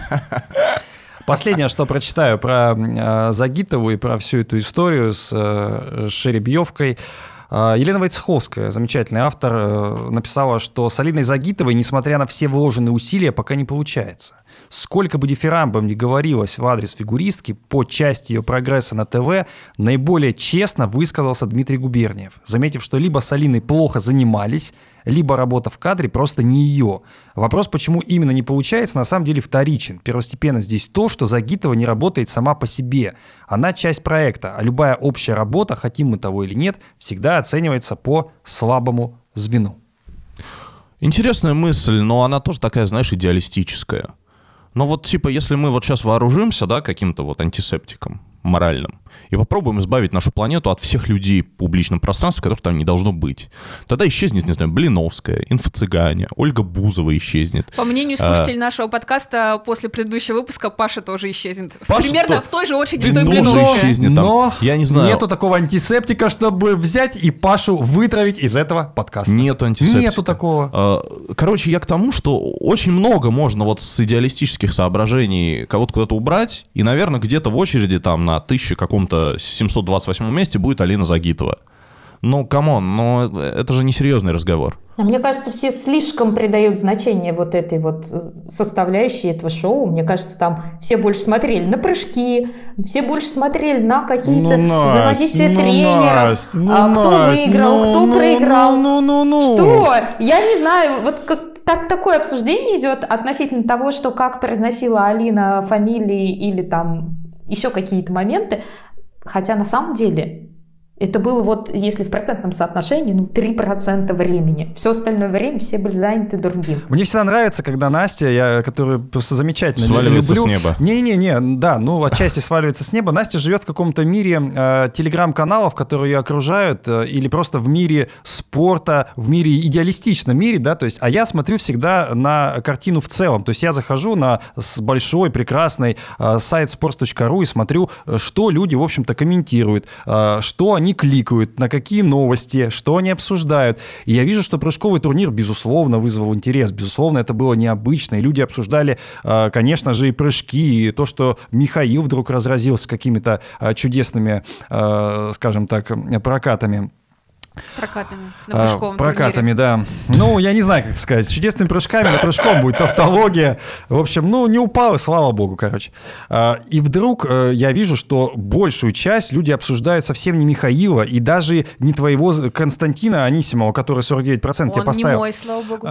Последнее, что прочитаю про э, Загитову и про всю эту историю с э, жеребьевкой. Э, Елена Войцеховская, замечательный автор, э, написала, что с Алиной Загитовой, несмотря на все вложенные усилия, пока не получается. Сколько бы дифирамбом ни говорилось в адрес фигуристки, по части ее прогресса на ТВ наиболее честно высказался Дмитрий Губерниев, заметив, что либо с Алиной плохо занимались, либо работа в кадре просто не ее. Вопрос, почему именно не получается, на самом деле вторичен. Первостепенно здесь то, что Загитова не работает сама по себе. Она часть проекта, а любая общая работа, хотим мы того или нет, всегда оценивается по слабому звену. Интересная мысль, но она тоже такая, знаешь, идеалистическая. Но вот типа, если мы вот сейчас вооружимся, да, каким-то вот антисептиком моральным, и попробуем избавить нашу планету от всех людей в публичном пространстве, которых там не должно быть, тогда исчезнет, не знаю, Блиновская, инфо-цыгане, Ольга Бузова исчезнет. По мнению слушателей а... нашего подкаста, после предыдущего выпуска Паша тоже исчезнет. Паша Примерно то... в той же очереди, что и Блиновская. Исчезнет там. Но я не знаю. Нету такого антисептика, чтобы взять и Пашу вытравить из этого подкаста. Нету антисептика. Нету такого. Короче, я к тому, что очень много можно вот с идеалистических соображений кого-то куда-то убрать, и, наверное, где-то в очереди там на тысяче каком-то семьсот двадцать восьмом месте будет Алина Загитова. Ну, камон, но это же не серьезный разговор. А мне кажется, все слишком придают значение вот этой вот составляющей этого шоу. Мне кажется, там все больше смотрели на прыжки, все больше смотрели на какие-то ну, взаимодействия ну, тренеров, Настя, ну, а, кто Настя, выиграл, ну, кто ну, проиграл. Ну, ну, ну, ну. Что? Я не знаю, вот как так, такое обсуждение идет относительно того, что как произносила Алина фамилии или там еще какие-то моменты, хотя на самом деле это было вот, если в процентном соотношении, ну, три процента времени. Все остальное время все были заняты другим. Мне всегда нравится, когда Настя, я, которую просто замечательно сваливается люблю. с неба. Не-не-не, да, ну, отчасти сваливается с неба. Настя живет в каком-то мире э, телеграм-каналов, которые ее окружают, э, или просто в мире спорта, в мире, идеалистичном мире, да, то есть, а я смотрю всегда на картину в целом. То есть я захожу на большой, прекрасный э, сайт sports точка ru и смотрю, что люди, в общем-то, комментируют, э, что они кликают, на какие новости, что они обсуждают. И я вижу, что прыжковый турнир, безусловно, вызвал интерес. Безусловно, это было необычно. И люди обсуждали, конечно же, и прыжки, и то, что Михаил вдруг разразился какими-то чудесными, скажем так, прокатами. Прокатами на прыжковом а, Прокатами, турнире. Да. Ну, я не знаю, как это сказать. Чудесными прыжками на прыжком будет тавтология. В общем, ну, не упал, и слава богу, короче. А, и вдруг а, я вижу, что большую часть люди обсуждают совсем не Михаила и даже не твоего Константина Анисимова, который сорок девять процентов тебе поставил. Он не мой, слава богу.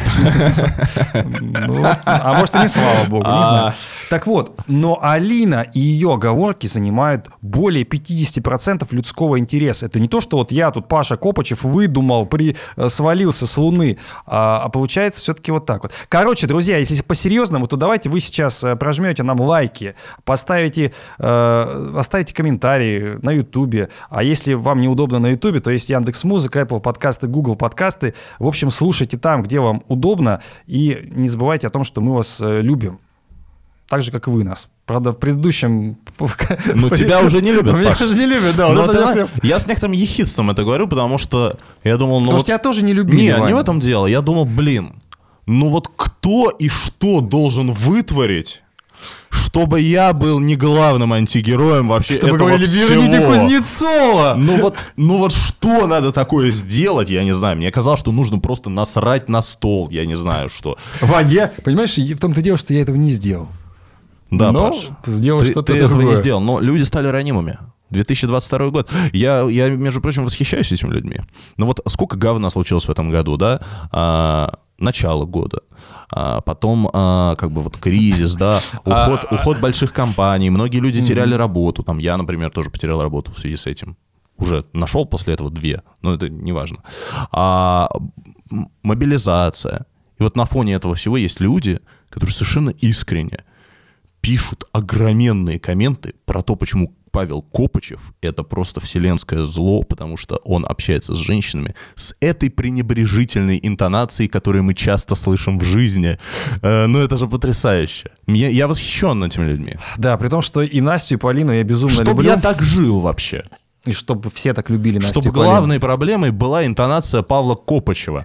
А может, и не слава богу, не знаю. Так вот, но Алина и ее оговорки занимают более пятьдесят процентов людского интереса. Это не то, что вот я тут, Паша Копачев, выдумал, при, свалился с Луны. А, а получается все-таки вот так вот. Короче, друзья, если по-серьезному, то давайте вы сейчас прожмете нам лайки, поставите, э, оставите комментарии на Ютубе. А если вам неудобно на Ютубе, то есть Яндекс.Музыка, Apple подкасты, Google подкасты. В общем, слушайте там, где вам удобно. И не забывайте о том, что мы вас любим. Так же, как и вы нас. Правда, в предыдущем... Ну, тебя уже не любят, Меня Паш. уже не любят, да. Вот это прям... Я с некоторым ехидством это говорю, потому что я думал... Ну потому вот... что тебя тоже не любили, Не, Ваня. не в этом дело. Я думал, блин, ну вот кто и что должен вытворить, чтобы я был не главным антигероем вообще чтобы этого говорили, всего. Вероните Кузнецова! Ну вот, ну вот что надо такое сделать, я не знаю. Мне казалось, что нужно просто насрать на стол, я не знаю что. Вань, я, понимаешь, в том-то дело, что я этого не сделал. Да, но Паш, сделал ты, что-то ты другое. этого не сделал, но люди стали ранимыми. две тысячи двадцать второй год. Я, я, между прочим, восхищаюсь этими людьми. Но вот сколько говна случилось в этом году, да? А, начало года. А, потом, а, как бы, вот кризис, да? Уход, уход больших компаний. Многие люди теряли работу. Там я, например, тоже потерял работу в связи с этим. Уже нашел после этого две, но это не важно. А, мобилизация. И вот на фоне этого всего есть люди, которые совершенно искренне пишут огроменные комменты про то, почему Павел Копычев — это просто вселенское зло, потому что он общается с женщинами с этой пренебрежительной интонацией, которую мы часто слышим в жизни. Э, ну, это же потрясающе. Я, я восхищен этими людьми. Да, при том, что и Настю, и Полину я безумно Чтоб люблю. я так жил вообще. И чтобы все так любили Настю Чтобы и Полину. главной проблемой была интонация Павла Копычева.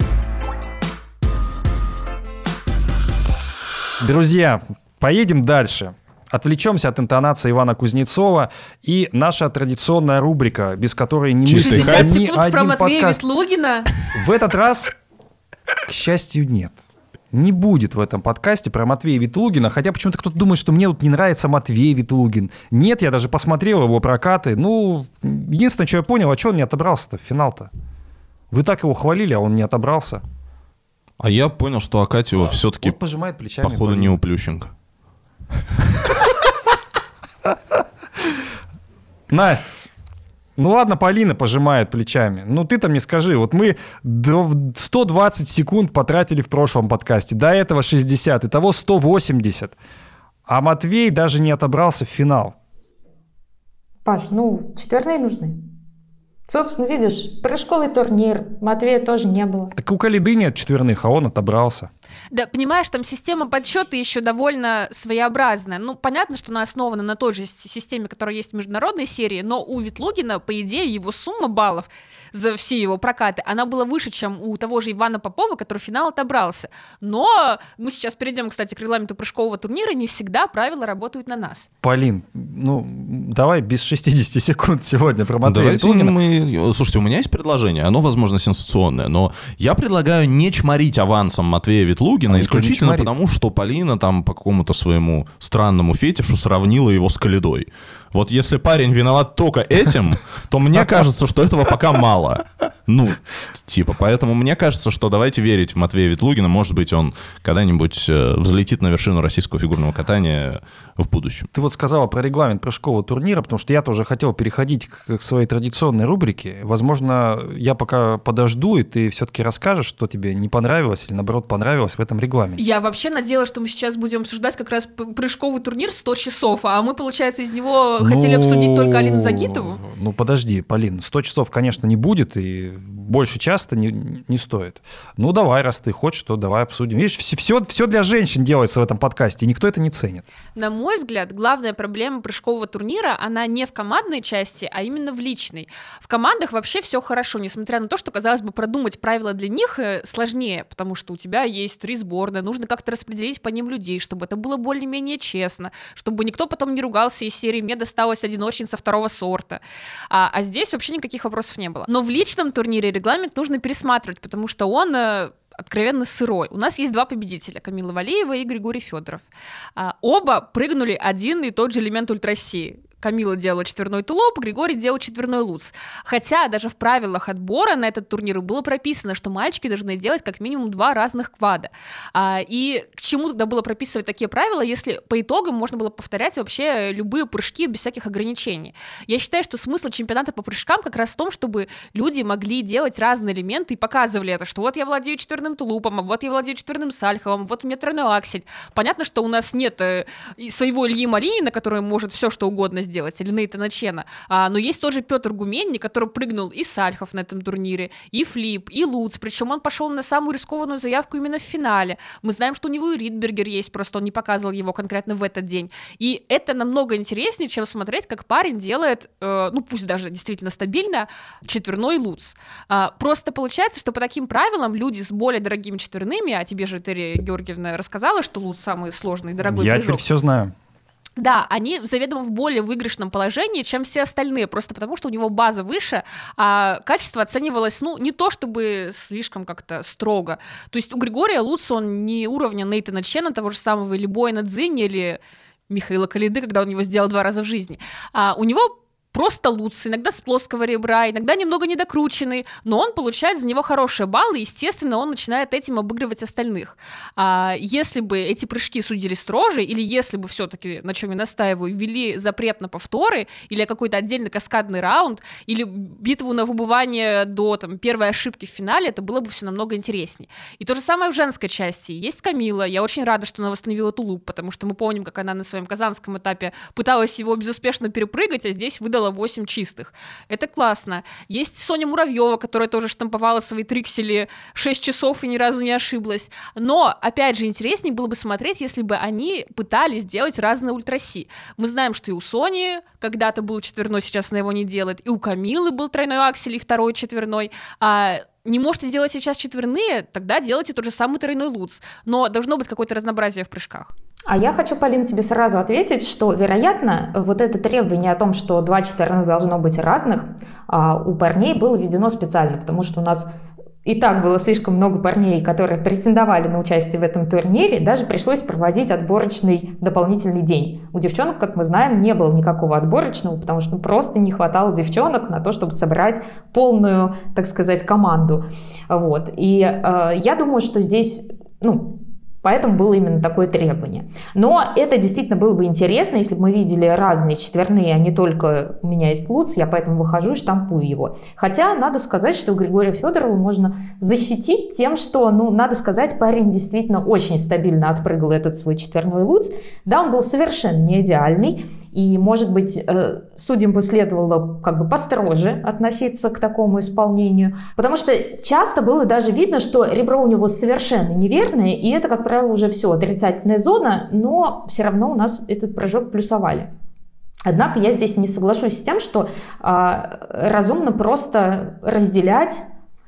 Друзья, поедем дальше. Отвлечемся от интонации Ивана Кузнецова и наша традиционная рубрика, без которой не Чистый мыслится хайп. шестьдесят ни секунд про один Матвея подкаст. Ветлугина. В этот раз, к счастью, нет. Не будет в этом подкасте про Матвея Ветлугина, хотя почему-то кто-то думает, что мне тут не нравится Матвей Ветлугин. Нет, я даже посмотрел его прокаты. Ну, единственное, что я понял, а что он не отобрался-то в финал-то? Вы так его хвалили, а он не отобрался. А я понял, что Акатьева все-таки, Он пожимает плечами. походу, Полина. не у Плющенко. Настя, ну ладно, Полина пожимает плечами. Ну ты там мне скажи, вот мы сто двадцать секунд потратили в прошлом подкасте, до этого шестьдесят, итого сто восемьдесят. А Матвей даже не отобрался в финал. Паш, ну, четверные нужны. Собственно, видишь, прыжковый турнир, Матвея тоже не было. Так у Калиды нет четверных, а он отобрался. Да, понимаешь, там система подсчета еще довольно своеобразная. Ну, понятно, что она основана на той же системе, которая есть в международной серии, но у Ветлугина, по идее, его сумма баллов за все его прокаты, она была выше, чем у того же Ивана Попова, который в финал отобрался. Но мы сейчас перейдем, кстати, к регламенту прыжкового турнира, не всегда правила работают на нас. Полин, ну давай без шестидесяти секунд сегодня про Матвея Давайте Ветлугина. мы... Слушайте, у меня есть предложение, оно, возможно, сенсационное, но я предлагаю не чморить авансом Матвея Ветлугина, А исключительно никто не чморит. потому, что Полина там по какому-то своему странному фетишу сравнила его с Калидой. Вот если парень виноват только этим, то мне кажется, что этого пока мало. Ну, типа, поэтому мне кажется, что давайте верить в Матвея Ветлугина. Может быть, он когда-нибудь э, взлетит на вершину российского фигурного катания в будущем. Ты вот сказала про регламент прыжкового турнира, потому что я тоже хотел переходить к, к своей традиционной рубрике. Возможно, я пока подожду, и ты все-таки расскажешь, что тебе не понравилось или, наоборот, понравилось в этом регламенте. Я вообще надеялась, что мы сейчас будем обсуждать как раз п- прыжковый турнир сто часов, а мы, получается, из него хотели Ну, обсудить только Алину Загитову. Ну, подожди, Полин, сто часов, конечно, не будет, и больше часа не, не стоит. Ну, давай, раз ты хочешь, то давай обсудим. Видишь, все, все, все для женщин делается в этом подкасте, и никто это не ценит. На мой взгляд, главная проблема прыжкового турнира, она не в командной части, а именно в личной. В командах вообще все хорошо, несмотря на то, что, казалось бы, продумать правила для них сложнее, потому что у тебя есть три сборные, нужно как-то распределить по ним людей, чтобы это было более-менее честно, чтобы никто потом не ругался из серии «мне досталась одиночница второго сорта». А, а здесь вообще никаких вопросов не было. Но в личном турнире регламент нужно пересматривать, потому что он откровенно сырой. У нас есть два победителя, Камила Валеева и Григорий Федоров. А, оба прыгнули один и тот же элемент ультраси. Камила делала четверной тулоп, Григорий делал четверной луц. Хотя даже в правилах отбора на этот турнир было прописано, что мальчики должны делать как минимум два разных квада. А, и к чему тогда было прописывать такие правила, если по итогам можно было повторять вообще любые прыжки без всяких ограничений? Я считаю, что смысл чемпионата по прыжкам как раз в том, чтобы люди могли делать разные элементы и показывали это, что вот я владею четверным тулупом, а вот я владею четверным сальховым, вот у меня тройной аксель. Понятно, что у нас нет э, своего Ильи Маринина, который может все что угодно сделать, делать, или Нейтана Чена. А, но есть тоже Петр Гуменни, который прыгнул и сальхов на этом турнире, и флип, и луц, причем он пошел на самую рискованную заявку именно в финале. Мы знаем, что у него и Ридбергер есть, просто он не показывал его конкретно в этот день. И это намного интереснее, чем смотреть, как парень делает, э, ну пусть даже действительно стабильно, четверной луц. А, просто получается, что по таким правилам люди с более дорогими четверными, а тебе же Терри Георгиевна рассказала, что луц самый сложный, дорогой Я движок. теперь все знаю. Да, они заведомо в более выигрышном положении, чем все остальные, просто потому что у него база выше, а качество оценивалось, ну, не то чтобы слишком как-то строго. То есть у Григория Луца он не уровня Нейтана Чена, того же самого, или Бояна Цзинь, или Михаила Калиды, когда он его сделал два раза в жизни. А у него просто луц, иногда с плоского ребра, иногда немного недокрученный, но он получает за него хорошие баллы, и, естественно, он начинает этим обыгрывать остальных. А если бы эти прыжки судили строже, или если бы все-таки, на чем я настаиваю, ввели запрет на повторы, или какой-то отдельный каскадный раунд, или битву на выбывание до там, первой ошибки в финале, это было бы все намного интереснее. И то же самое в женской части. Есть Камила, я очень рада, что она восстановила тулуп, потому что мы помним, как она на своем казанском этапе пыталась его безуспешно перепрыгать, а здесь выдала восемь чистых. Это классно. Есть Соня Муравьева, которая тоже штамповала свои триксели шесть часов и ни разу не ошиблась. Но, опять же, интереснее было бы смотреть, если бы они пытались делать разные ультраси. Мы знаем, что и у Сони когда-то был четверной, сейчас она его не делает, и у Камилы был тройной аксель и второй четверной. А не можете делать сейчас четверные, тогда делайте тот же самый тройной луц. Но должно быть какое-то разнообразие в прыжках. А я хочу, Полин, тебе сразу ответить, что, вероятно, вот это требование о том, что два четверных должно быть разных, у парней было введено специально, потому что у нас и так было слишком много парней, которые претендовали на участие в этом турнире, даже пришлось проводить отборочный дополнительный день. У девчонок, как мы знаем, не было никакого отборочного, потому что просто не хватало девчонок на то, чтобы собрать полную, так сказать, команду. Вот. И э, я думаю, что здесь, ну, поэтому было именно такое требование. Но это действительно было бы интересно, если бы мы видели разные четверные, а не только у меня есть луц, я поэтому выхожу и штампую его. Хотя надо сказать, что Григория Федорова можно защитить тем, что, ну, надо сказать, парень действительно очень стабильно отпрыгал этот свой четверной луц. Да, он был совершенно не идеальный, и, может быть, судьям бы следовало как бы построже относиться к такому исполнению, потому что часто было даже видно, что ребро у него совершенно неверное, и это, как правило, уже все, отрицательная зона, но все равно у нас этот прыжок плюсовали. Однако я здесь не соглашусь с тем, что а, разумно просто разделять,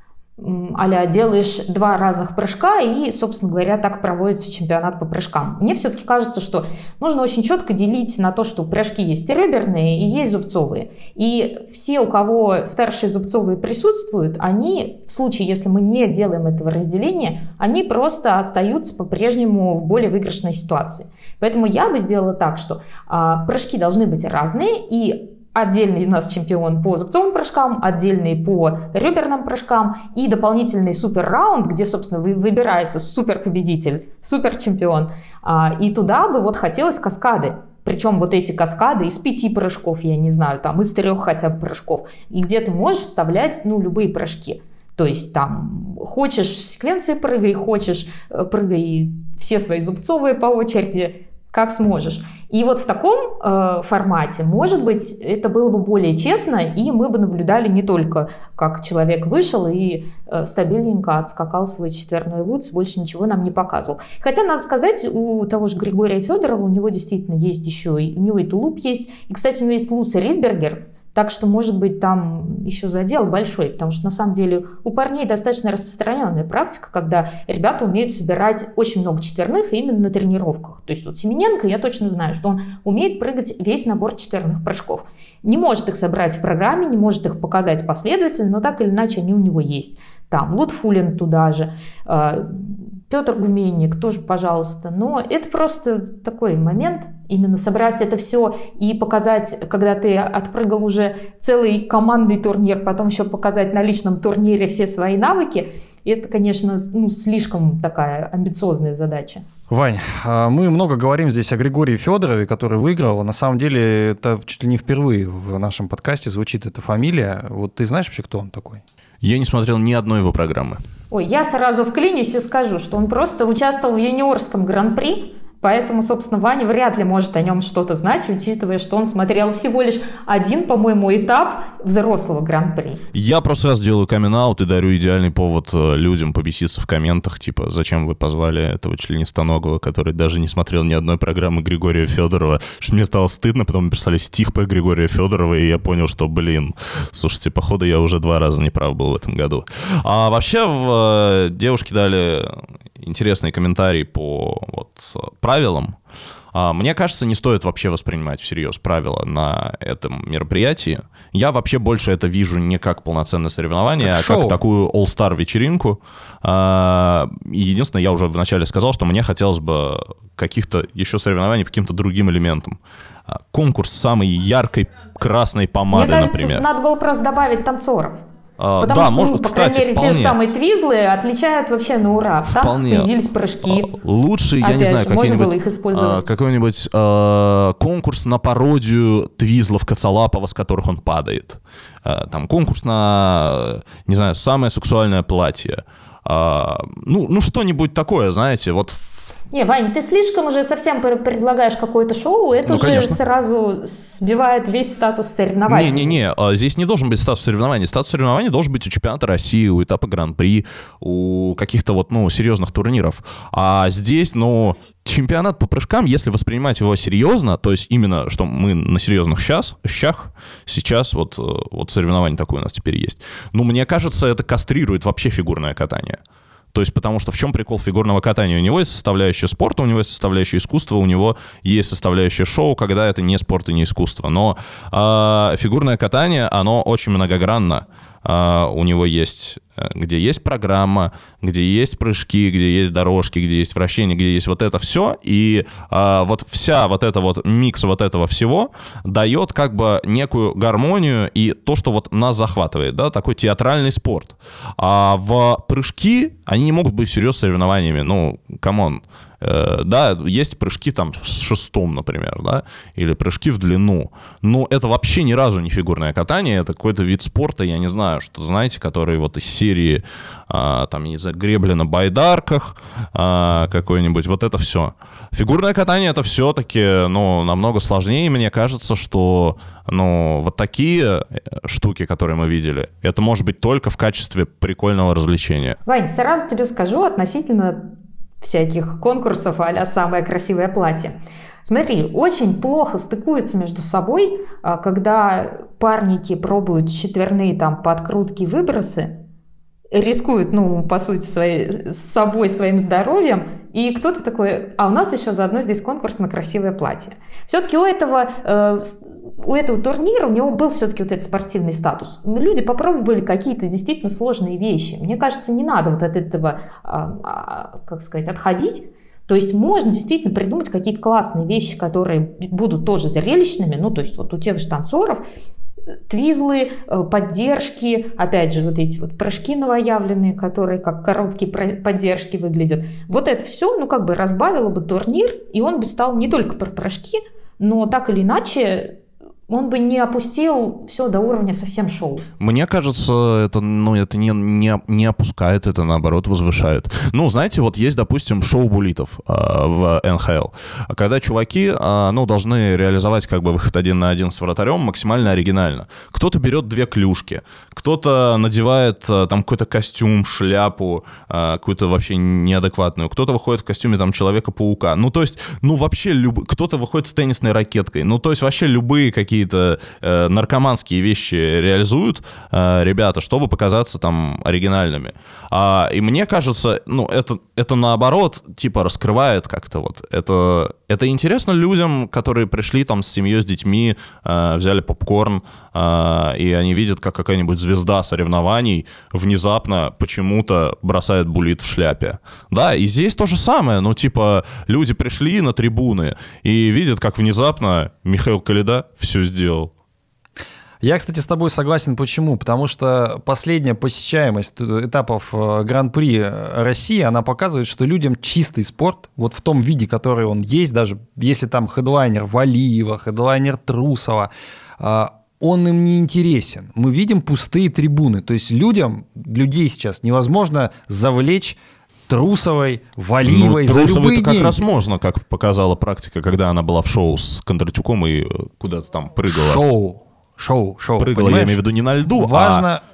а-ля делаешь два разных прыжка и, собственно говоря, так проводится чемпионат по прыжкам. Мне все-таки кажется, что нужно очень четко делить на то, что прыжки есть реберные и есть зубцовые. И все, у кого старшие зубцовые присутствуют, они, в случае, если мы не делаем этого разделения, они просто остаются по-прежнему в более выигрышной ситуации. Поэтому я бы сделала так, что а, прыжки должны быть разные, и отдельный у нас чемпион по зубцовым прыжкам, отдельный по реберным прыжкам и дополнительный супер-раунд, где, собственно, выбирается супер-победитель, супер-чемпион. И туда бы вот хотелось каскады. Причем вот эти каскады из пяти прыжков, я не знаю, там из трех хотя бы прыжков. И где ты можешь вставлять, ну, любые прыжки. То есть там хочешь секвенции прыгай, хочешь прыгай все свои зубцовые по очереди, как сможешь. И вот в таком э, формате, может быть, это было бы более честно, и мы бы наблюдали не только, как человек вышел и э, стабильненько отскакал свой четверной луц, больше ничего нам не показывал. Хотя, надо сказать, у того же Григория Федорова, у него действительно есть еще, у него и тулуп есть, и, кстати, у него есть луц Ридбергер. Так что, может быть, там еще задел большой, потому что, на самом деле, у парней достаточно распространенная практика, когда ребята умеют собирать очень много четверных именно на тренировках. То есть вот Семененко, я точно знаю, что он умеет прыгать весь набор четверных прыжков. Не может их собрать в программе, не может их показать последовательно, но так или иначе они у него есть. Там Лутфулин туда же, Петр Гуменник тоже, пожалуйста. Но это просто такой момент, именно собрать это все и показать, когда ты отпрыгал уже целый командный турнир, потом еще показать на личном турнире все свои навыки, это, конечно, ну, слишком такая амбициозная задача. Вань, мы много говорим здесь о Григории Федорове, который выиграл. На самом деле это чуть ли не впервые в нашем подкасте звучит эта фамилия. Вот ты знаешь вообще, кто он такой? Я не смотрел ни одной его программы. Ой, я сразу вклинюсь и скажу, что он просто участвовал в юниорском гран-при, поэтому, собственно, Ваня вряд ли может о нем что-то знать, учитывая, что он смотрел всего лишь один, по-моему, этап взрослого гран-при. Я просто раз делаю камин-аут и дарю идеальный повод людям побеситься в комментах, типа, зачем вы позвали этого членистоногого, который даже не смотрел ни одной программы Григория Федорова, что мне стало стыдно, потом мне прислали стих по Григорию Федорову, и я понял, что, блин, слушайте, походу я уже два раза неправ был в этом году. А вообще в, девушки дали интересный комментарий по вот, правилам. Мне кажется, не стоит вообще воспринимать всерьез правила на этом мероприятии. Я вообще больше это вижу не как полноценное соревнование, как а шоу. Как такую all-star вечеринку. Единственное, я уже вначале сказал, что мне хотелось бы каких-то еще соревнований по каким-то другим элементам. Конкурс самой яркой красной помады, мне кажется, например. Надо было просто добавить танцоров. А, Потому да, что, может, ну, по кстати, крайней мере, вполне. те же самые твизлы отличают вообще на ура. В танцах Вполне. появились прыжки. Лучше, я Опять не знаю, же, можно было их какой-нибудь, использовать. а, какой-нибудь а, конкурс на пародию твизлов Коцалапова, с которых он падает. А, там конкурс на, не знаю, самое сексуальное платье. А, ну, ну, что-нибудь такое, знаете, вот... Не, Вань, ты слишком уже совсем предлагаешь какое-то шоу, это ну, уже конечно. Сразу сбивает весь статус соревнований. Не-не-не, здесь не должен быть статус соревнований. Статус соревнований должен быть у чемпионата России, у этапа Гран-при, у каких-то вот, ну, серьезных турниров. А здесь, ну, чемпионат по прыжкам, если воспринимать его серьезно, то есть именно, что мы на серьезных щас, щах, сейчас вот, вот соревнование такое у нас теперь есть, ну, мне кажется, это кастрирует вообще фигурное катание. То есть, потому что в чем прикол фигурного катания? У него есть составляющая спорта, у него есть составляющая искусства, у него есть составляющая шоу, когда это не спорт и не искусство. Но э, фигурное катание, оно очень многогранно. Э, у него есть, где есть программа, где есть прыжки, где есть дорожки, где есть вращение, где есть вот это все. И э, вот вся вот эта вот микс вот этого всего дает как бы некую гармонию и то, что вот нас захватывает, да, такой театральный спорт. А в прыжки они не могут быть всерьез соревнованиями. Ну, камон. Э, да, есть прыжки там с шестом, например, да, или прыжки в длину. Но это вообще ни разу не фигурное катание, это какой-то вид спорта, я не знаю, что, знаете, который вот из серии, э, там, не знаю, гребли на байдарках, э, какой-нибудь, вот это все. Фигурное катание — это все-таки, ну, намного сложнее, и мне кажется, что, ну, вот такие штуки, которые мы видели, это может быть только в качестве прикольного развлечения. Вань, сразу тебе скажу относительно всяких конкурсов а-ля «Самое красивое платье». Смотри, очень плохо стыкуются между собой, когда парники пробуют четверные там подкрутки, выбросы, рискуют, ну, по сути, своей, с собой, своим здоровьем, и кто-то такой, а у нас еще заодно здесь конкурс на красивое платье. Все-таки у этого, э, у этого турнира, у него был все-таки вот этот спортивный статус. Люди попробовали какие-то действительно сложные вещи. Мне кажется, не надо вот от этого, э, э, как сказать, отходить. То есть можно действительно придумать какие-то классные вещи, которые будут тоже зрелищными, ну, то есть вот у тех же танцоров, твизлы, поддержки, опять же, вот эти вот прыжки новоявленные, которые как короткие поддержки выглядят. Вот это все, ну, как бы разбавило бы турнир, и он бы стал не только про прыжки, но так или иначе он бы не опустил все до уровня совсем шоу. Мне кажется, это, ну, это не, не, не опускает, это наоборот возвышает. Ну, знаете, вот есть, допустим, шоу буллитов э, в эн ха эл, когда чуваки, э, ну, должны реализовать как бы выход один на один с вратарем максимально оригинально. Кто-то берет две клюшки, кто-то надевает э, там какой-то костюм, шляпу, э, какую-то вообще неадекватную, кто-то выходит в костюме там Человека-паука. Ну, то есть, ну, вообще, люб... кто-то выходит с теннисной ракеткой. Ну, то есть, вообще любые какие какие-то э, наркоманские вещи реализуют э, ребята, чтобы показаться там оригинальными. А, и мне кажется, ну, это, это наоборот, типа, раскрывает как-то вот. Это, это интересно людям, которые пришли там с семьей, с детьми, э, взяли попкорн, э, и они видят, как какая-нибудь звезда соревнований внезапно почему-то бросает буллит в шляпе. Да, и здесь то же самое. Ну, типа, люди пришли на трибуны и видят, как внезапно Михаил Коляда все сделал. Я, кстати, с тобой согласен. Почему? Потому что последняя посещаемость этапов Гран-при России, она показывает, что людям чистый спорт, вот в том виде, который он есть, даже если там хедлайнер Валиева, хедлайнер Трусова, он им не интересен. Мы видим пустые трибуны. То есть людям, людей сейчас невозможно завлечь Трусовой, Валиевой, ну, за любые как деньги. Раз можно, как показала практика, когда она была в шоу с Кондратюком и куда-то там прыгала. Шоу, шоу, шоу. Прыгала, понимаешь? я имею в виду не на льду, важно, а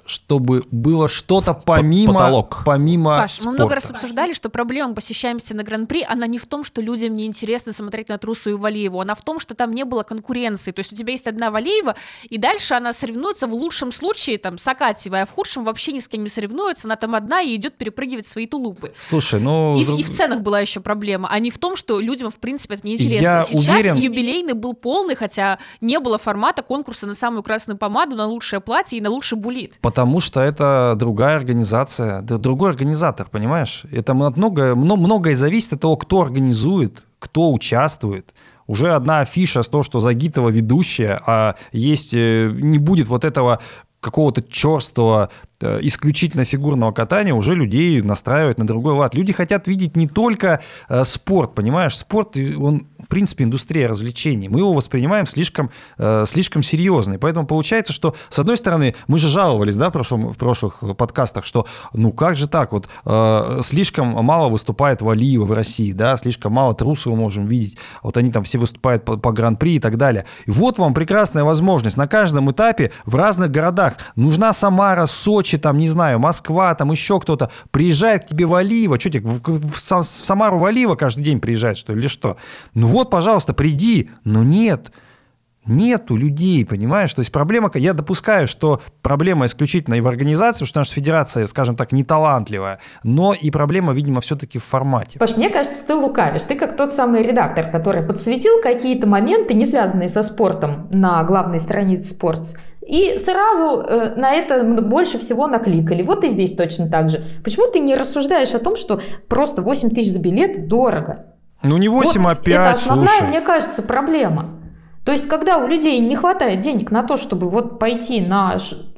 чтобы было что-то помимо, Потолок. помимо Паш, спорта. мы много раз обсуждали, что проблема посещаемости на Гран-при, она не в том, что людям неинтересно смотреть на Трусу и Валиеву, она в том, что там не было конкуренции. То есть у тебя есть одна Валиева, и дальше она соревнуется в лучшем случае там, с Акатьевой, а в худшем вообще ни с кем не соревнуется, она там одна и идет перепрыгивать свои тулупы. Слушай, ну... И, и в ценах была еще проблема, а не в том, что людям, в принципе, это неинтересно. Я Сейчас уверен... юбилейный был полный, хотя не было формата конкурса на самую красную помаду, на лучшее платье и на лучший булит. Потому что это другая организация, другой организатор, понимаешь? Это многое, многое зависит от того, кто организует, кто участвует. Уже одна афиша с того, что Загитова ведущая, а есть, не будет вот этого какого-то черстого, исключительно фигурного катания, уже людей настраивает на другой лад. Люди хотят видеть не только э, спорт, понимаешь? Спорт, он, в принципе, индустрия развлечений. Мы его воспринимаем слишком, э, слишком серьезно. И поэтому получается, что, с одной стороны, мы же жаловались, да, в, прошлом, в прошлых подкастах, что, ну, как же так, вот, э, слишком мало выступает Валиева в России, да, слишком мало Трусова можем видеть. Вот они там все выступают по, по Гран-при и так далее. И вот вам прекрасная возможность на каждом этапе в разных городах. Нужна Самара, Сочи, там, не знаю, Москва, там еще кто-то, приезжает к тебе Валиева, что тебе, в, в, в Самару Валиева каждый день приезжает, что ли, или что? Ну вот, пожалуйста, приди. Но нет, нету людей, понимаешь? То есть проблема, я допускаю, что проблема исключительно и в организации, потому что наша федерация, скажем так, не талантливая, но и проблема, видимо, все-таки в формате. Паш, мне кажется, ты лукавишь. Ты как тот самый редактор, который подсветил какие-то моменты, не связанные со спортом, на главной странице Sports, и сразу э, на это больше всего накликали. Вот и здесь точно так же. Почему ты не рассуждаешь о том, что просто восемь тысяч за билет дорого? Ну не восемь, вот а пять, это основная, слушай. Мне кажется, проблема. То есть, когда у людей не хватает денег на то, чтобы вот пойти на,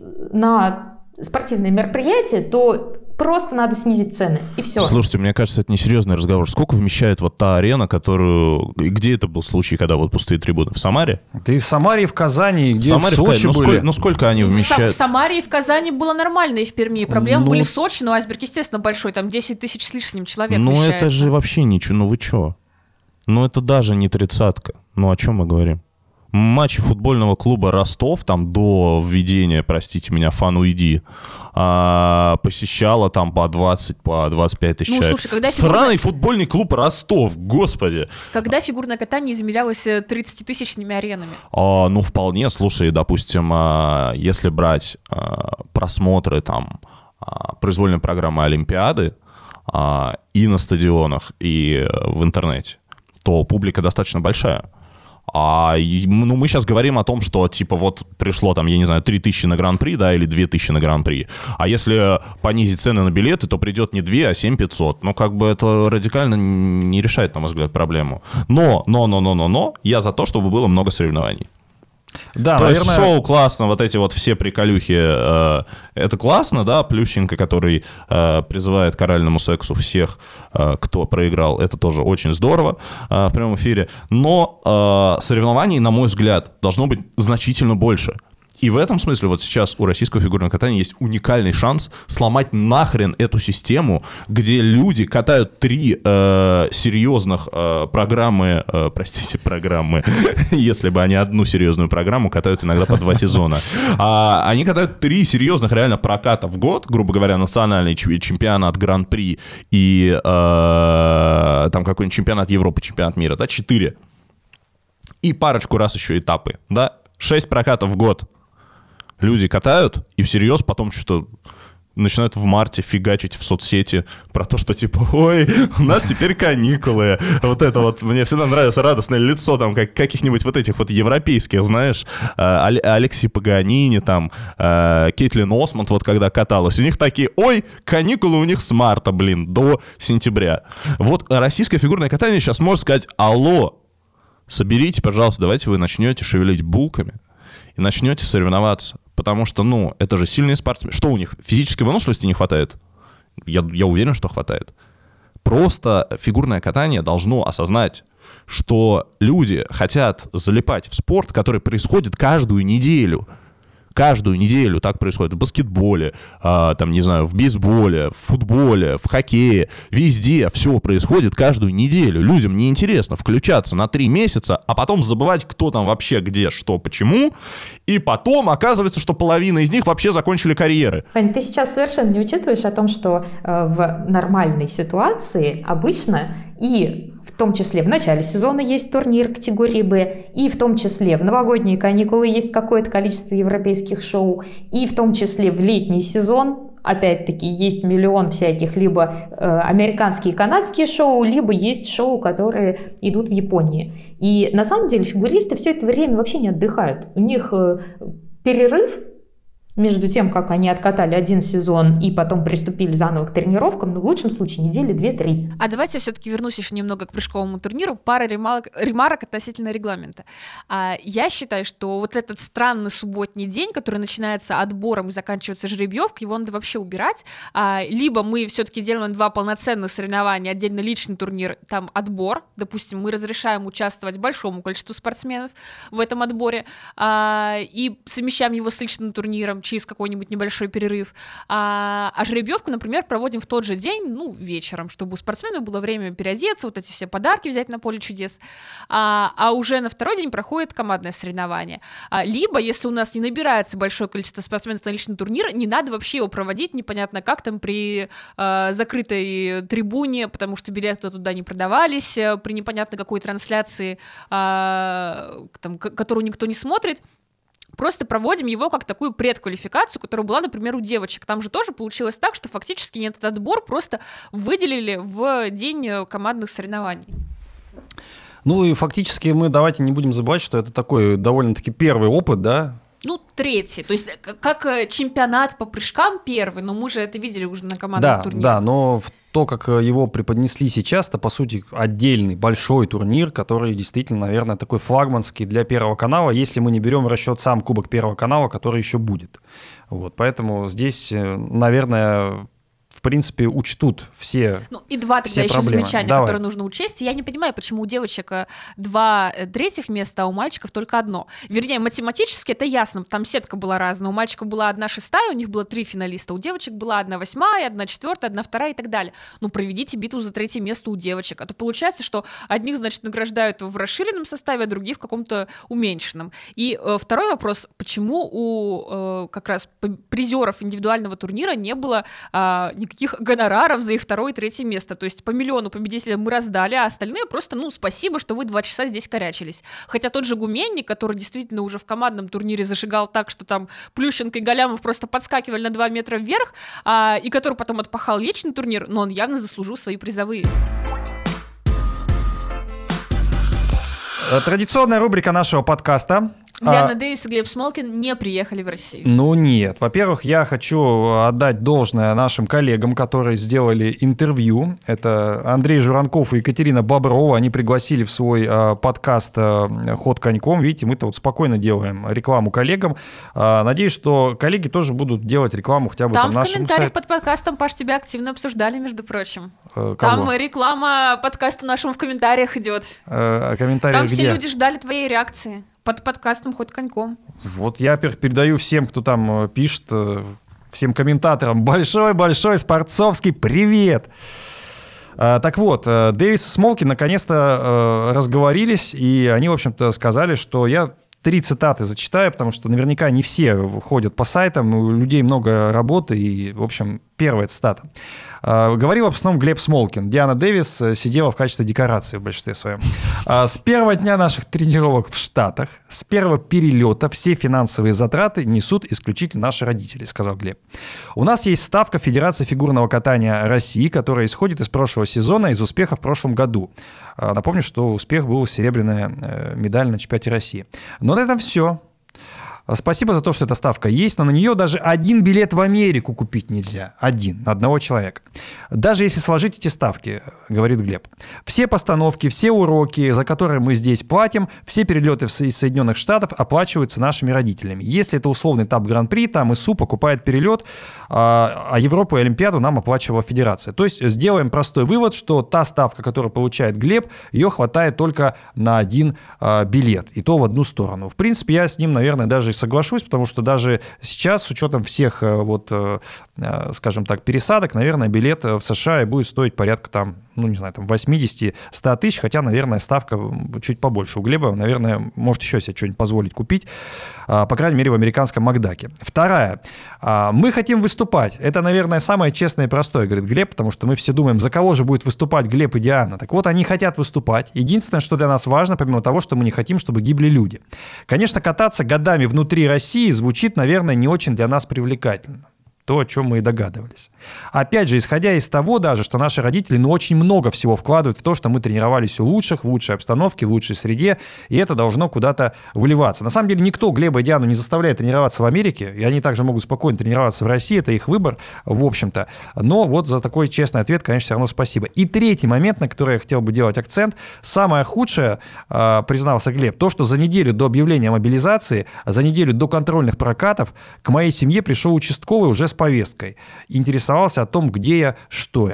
на спортивные мероприятия, то просто надо снизить цены, и все. Слушайте, мне кажется, это несерьезный разговор. Сколько вмещает вот та арена, которую... Где это был случай, когда вот пустые трибуны? В Самаре? Ты в Самаре и в Казани, где в, Самаре, в Сочи ну, были. Сколько, ну сколько они вмещают? В Самаре и в Казани было нормально, и в Перми. Проблемы ну... были в Сочи, но айсберг, естественно, большой, там десять тысяч с лишним человек Ну вмещается. это же вообще ничего, ну вы чё? Ну это даже не тридцатка. Ну о чем мы говорим? Матчи футбольного клуба Ростов там до введения, простите меня, Фан Уйди, а, посещало там по двадцать, по двадцать пять тысяч ну, человек. Слушай, когда Сраный фигурное... футбольный клуб Ростов, господи. Когда фигурное катание измерялось тридцатитысячными аренами? А, ну вполне, слушай, допустим, а, если брать а, просмотры там а, произвольной программы Олимпиады а, и на стадионах, и в интернете, то публика достаточно большая. А, ну, мы сейчас говорим о том, что, типа, вот пришло там, я не знаю, три тысячи на Гран-при, да, или две тысячи на Гран-при. А если понизить цены на билеты, то придет не две, а семь тысяч пятьсот. Ну, как бы это радикально не решает, на мой взгляд, проблему. Но, но, но, но, но, но, я за то, чтобы было много соревнований. Да, то наверное... есть шоу классно, вот эти вот все приколюхи, э, это классно, да, Плющенко, который э, призывает к оральному сексу всех, э, кто проиграл, это тоже очень здорово э, в прямом эфире, но э, соревнований, на мой взгляд, должно быть значительно больше. И в этом смысле вот сейчас у российского фигурного катания есть уникальный шанс сломать нахрен эту систему, где люди катают три э, серьезных э, программы, э, простите, программы, если бы они одну серьезную программу катают иногда по два сезона. А, они катают три серьезных реально проката в год, грубо говоря, национальный чемпионат, Гран-при и э, там какой-нибудь чемпионат Европы, чемпионат мира, да, четыре. И парочку раз еще этапы, да, шесть прокатов в год. Люди катают и всерьез потом что-то начинают в марте фигачить в соцсети про то, что типа, ой, у нас теперь каникулы. Вот это вот, мне всегда нравится радостное лицо там, как каких-нибудь вот этих вот европейских, знаешь, Алексей Паганини, там, Кейтлин Осмонд, вот когда каталась, у них такие, ой, каникулы у них с марта, блин, до сентября. Вот российское фигурное катание сейчас может сказать, алло, соберите, пожалуйста, давайте вы начнете шевелить булками и начнете соревноваться. Потому что, ну, это же сильные спортсмены. Что у них? Физической выносливости не хватает? Я, я уверен, что хватает. Просто фигурное катание должно осознать, что люди хотят залипать в спорт, который происходит каждую неделю. Каждую неделю так происходит в баскетболе, а, там, не знаю, в бейсболе, в футболе, в хоккее. Везде все происходит каждую неделю. Людям неинтересно включаться на три месяца, а потом забывать, кто там вообще, где, что, почему. И потом оказывается, что половина из них вообще закончили карьеры. Вань, ты сейчас совершенно не учитываешь о том, что э, в нормальной ситуации обычно и в том числе в начале сезона есть турнир категории «Б», и в том числе в новогодние каникулы есть какое-то количество европейских шоу, и в том числе в летний сезон, опять-таки, есть миллион всяких либо э, американские и канадские шоу, либо есть шоу, которые идут в Японии. И на самом деле фигуристы все это время вообще не отдыхают. У них э, перерыв между тем, как они откатали один сезон и потом приступили заново к тренировкам, ну, в лучшем случае недели две-три. А давайте я все-таки вернусь еще немного к прыжковому турниру. Пара ремарок, ремарок относительно регламента. А, я считаю, что вот этот странный субботний день, который начинается отбором и заканчивается жеребьевкой, его надо вообще убирать. А, либо мы все-таки делаем два полноценных соревнования, отдельно личный турнир, там отбор. Допустим, мы разрешаем участвовать большому количеству спортсменов в этом отборе а, и совмещаем его с личным турниром через какой-нибудь небольшой перерыв. А, а жеребьевку, например, проводим в тот же день, ну, вечером, чтобы у спортсменов было время переодеться, вот эти все подарки взять на поле чудес. А, а уже на второй день проходит командное соревнование. А, либо, если у нас не набирается большое количество спортсменов на личный турнир, не надо вообще его проводить непонятно как там при а, закрытой трибуне, потому что билеты туда не продавались, при непонятно какой трансляции, а, там, которую никто не смотрит. Просто проводим его как такую предквалификацию, которая была, например, у девочек. Там же тоже получилось так, что фактически этот отбор просто выделили в день командных соревнований. Ну и фактически мы давайте не будем забывать, что это такой довольно-таки первый опыт, да? Ну, третий. То есть как чемпионат по прыжкам первый, но мы же это видели уже на командных да, турнирах. Да, но в то, как его преподнесли сейчас, это, по сути, отдельный большой турнир, который действительно, наверное, такой флагманский для Первого канала, если мы не берем в расчет сам Кубок Первого канала, который еще будет. Вот, поэтому здесь, наверное, в принципе, учтут все проблемы. Ну, и два тогда еще проблемы. замечания, Давай. которые нужно учесть. Я не понимаю, почему у девочек два третьих места, а у мальчиков только одно. Вернее, математически это ясно, там сетка была разная. У мальчиков была одна шестая, у них было три финалиста. У девочек была одна восьмая, одна четвертая, одна вторая и так далее. Ну, проведите битву за третье место у девочек. А то получается, что одних, значит, награждают в расширенном составе, а других в каком-то уменьшенном. И э, второй вопрос, почему у э, как раз призеров индивидуального турнира не было э, никаких гонораров за их второе и третье место. То есть по миллиону победителям мы раздали, а остальные просто, ну, спасибо, что вы два часа здесь корячились. Хотя тот же Гуменник, который действительно уже в командном турнире зажигал так, что там Плющенко и Галямов просто подскакивали на два метра вверх, а, и который потом отпахал личный турнир, но он явно заслужил свои призовые. Традиционная рубрика нашего подкаста. Диана а, Дэвис и Глеб Смолкин не приехали в Россию. Ну нет. Во-первых, я хочу отдать должное нашим коллегам, которые сделали интервью. Это Андрей Журанков и Екатерина Боброва. Они пригласили в свой а, подкаст а, «Ход коньком». Видите, мы-то вот спокойно делаем рекламу коллегам. А, надеюсь, что коллеги тоже будут делать рекламу хотя бы там, там в нашему комментариях сайту. под подкастом, Паш, тебя активно обсуждали, между прочим. Э, там реклама подкасту нашему в комментариях идет. Э, комментарии там где? все люди ждали твоей реакции. Под подкастом «Ход коньком». Вот я передаю всем, кто там пишет, всем комментаторам большой-большой спортсовский привет. Так вот, Дэвис и Смолкин наконец-то разговорились, и они, в общем-то, сказали, что я три цитаты зачитаю, потому что наверняка не все ходят по сайтам, у людей много работы, и, в общем, первая цитата. Говорил в основном Глеб Смолкин. Диана Дэвис сидела в качестве декорации в большинстве своем. С первого дня наших тренировок в Штатах, с первого перелета все финансовые затраты несут исключительно наши родители, сказал Глеб. У нас есть ставка Федерации фигурного катания России, которая исходит из прошлого сезона, из успеха в прошлом году. Напомню, что успех был серебряная медаль на чемпионате России. Но на этом все. Спасибо за то, что эта ставка есть, но на нее даже один билет в Америку купить нельзя. Один, на одного человека. Даже если сложить эти ставки, говорит Глеб. Все постановки, все уроки, за которые мы здесь платим, все перелеты из Соединенных Штатов оплачиваются нашими родителями. Если это условный этап Гран-при, там ИСУ покупает перелет, а, а Европу и Олимпиаду нам оплачивала федерация. То есть сделаем простой вывод, что та ставка, которую получает Глеб, ее хватает только на один а, билет, и то в одну сторону. В принципе, я с ним, наверное, даже и соглашусь, потому что даже сейчас, с учетом всех, вот, скажем так, пересадок, наверное, билет в США будет стоить порядка там, ну, не знаю, там восемьдесят-сто тысяч, хотя, наверное, ставка чуть побольше. У Глеба, наверное, может еще себе что-нибудь позволить купить, по крайней мере, в американском Макдаке. Вторая. Мы хотим выступать. Это, наверное, самое честное и простое, говорит Глеб, потому что мы все думаем, за кого же будет выступать Глеб и Диана. Так вот, они хотят выступать. Единственное, что для нас важно, помимо того, что мы не хотим, чтобы гибли люди. Конечно, кататься годами внутри России звучит, наверное, не очень для нас привлекательно. То, о чем мы и догадывались. Опять же, исходя из того даже, что наши родители ну, очень много всего вкладывают в то, что мы тренировались у лучших, в лучшей обстановке, в лучшей среде, и это должно куда-то выливаться. На самом деле никто Глеба и Диану не заставляет тренироваться в Америке, и они также могут спокойно тренироваться в России, это их выбор, в общем-то. Но вот за такой честный ответ, конечно, все равно спасибо. И третий момент, на который я хотел бы делать акцент, самое худшее, признался Глеб, то, что за неделю до объявления мобилизации, за неделю до контрольных прокатов к моей семье пришел участковый уже с повесткой. Интересовался о том, где я, что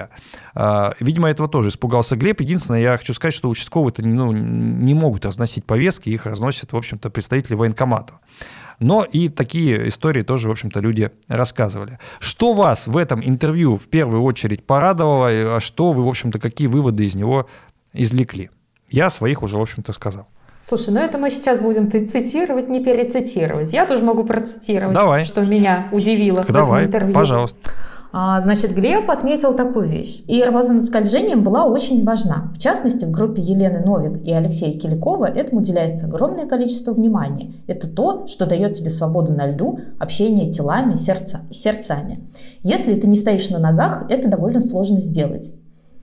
я. Видимо, этого тоже испугался Глеб. Единственное, я хочу сказать, что участковые-то ну, не могут разносить повестки, их разносят, в общем-то, представители военкомата. Но и такие истории тоже, в общем-то, люди рассказывали. Что вас в этом интервью в первую очередь порадовало, а что вы, в общем-то, какие выводы из него извлекли? Я своих уже, в общем-то, сказал. Слушай, ну это мы сейчас будем цитировать, не перецитировать. Я тоже могу процитировать, Давай. Что меня удивило Давай, в этом интервью. Пожалуйста. А, значит, Глеб отметил такую вещь. И работа над скольжением была очень важна. В частности, в группе Елены Новик и Алексея Киликова этому уделяется огромное количество внимания. Это то, что дает тебе свободу на льду, общение телами, сердца, сердцами. Если ты не стоишь на ногах, это довольно сложно сделать.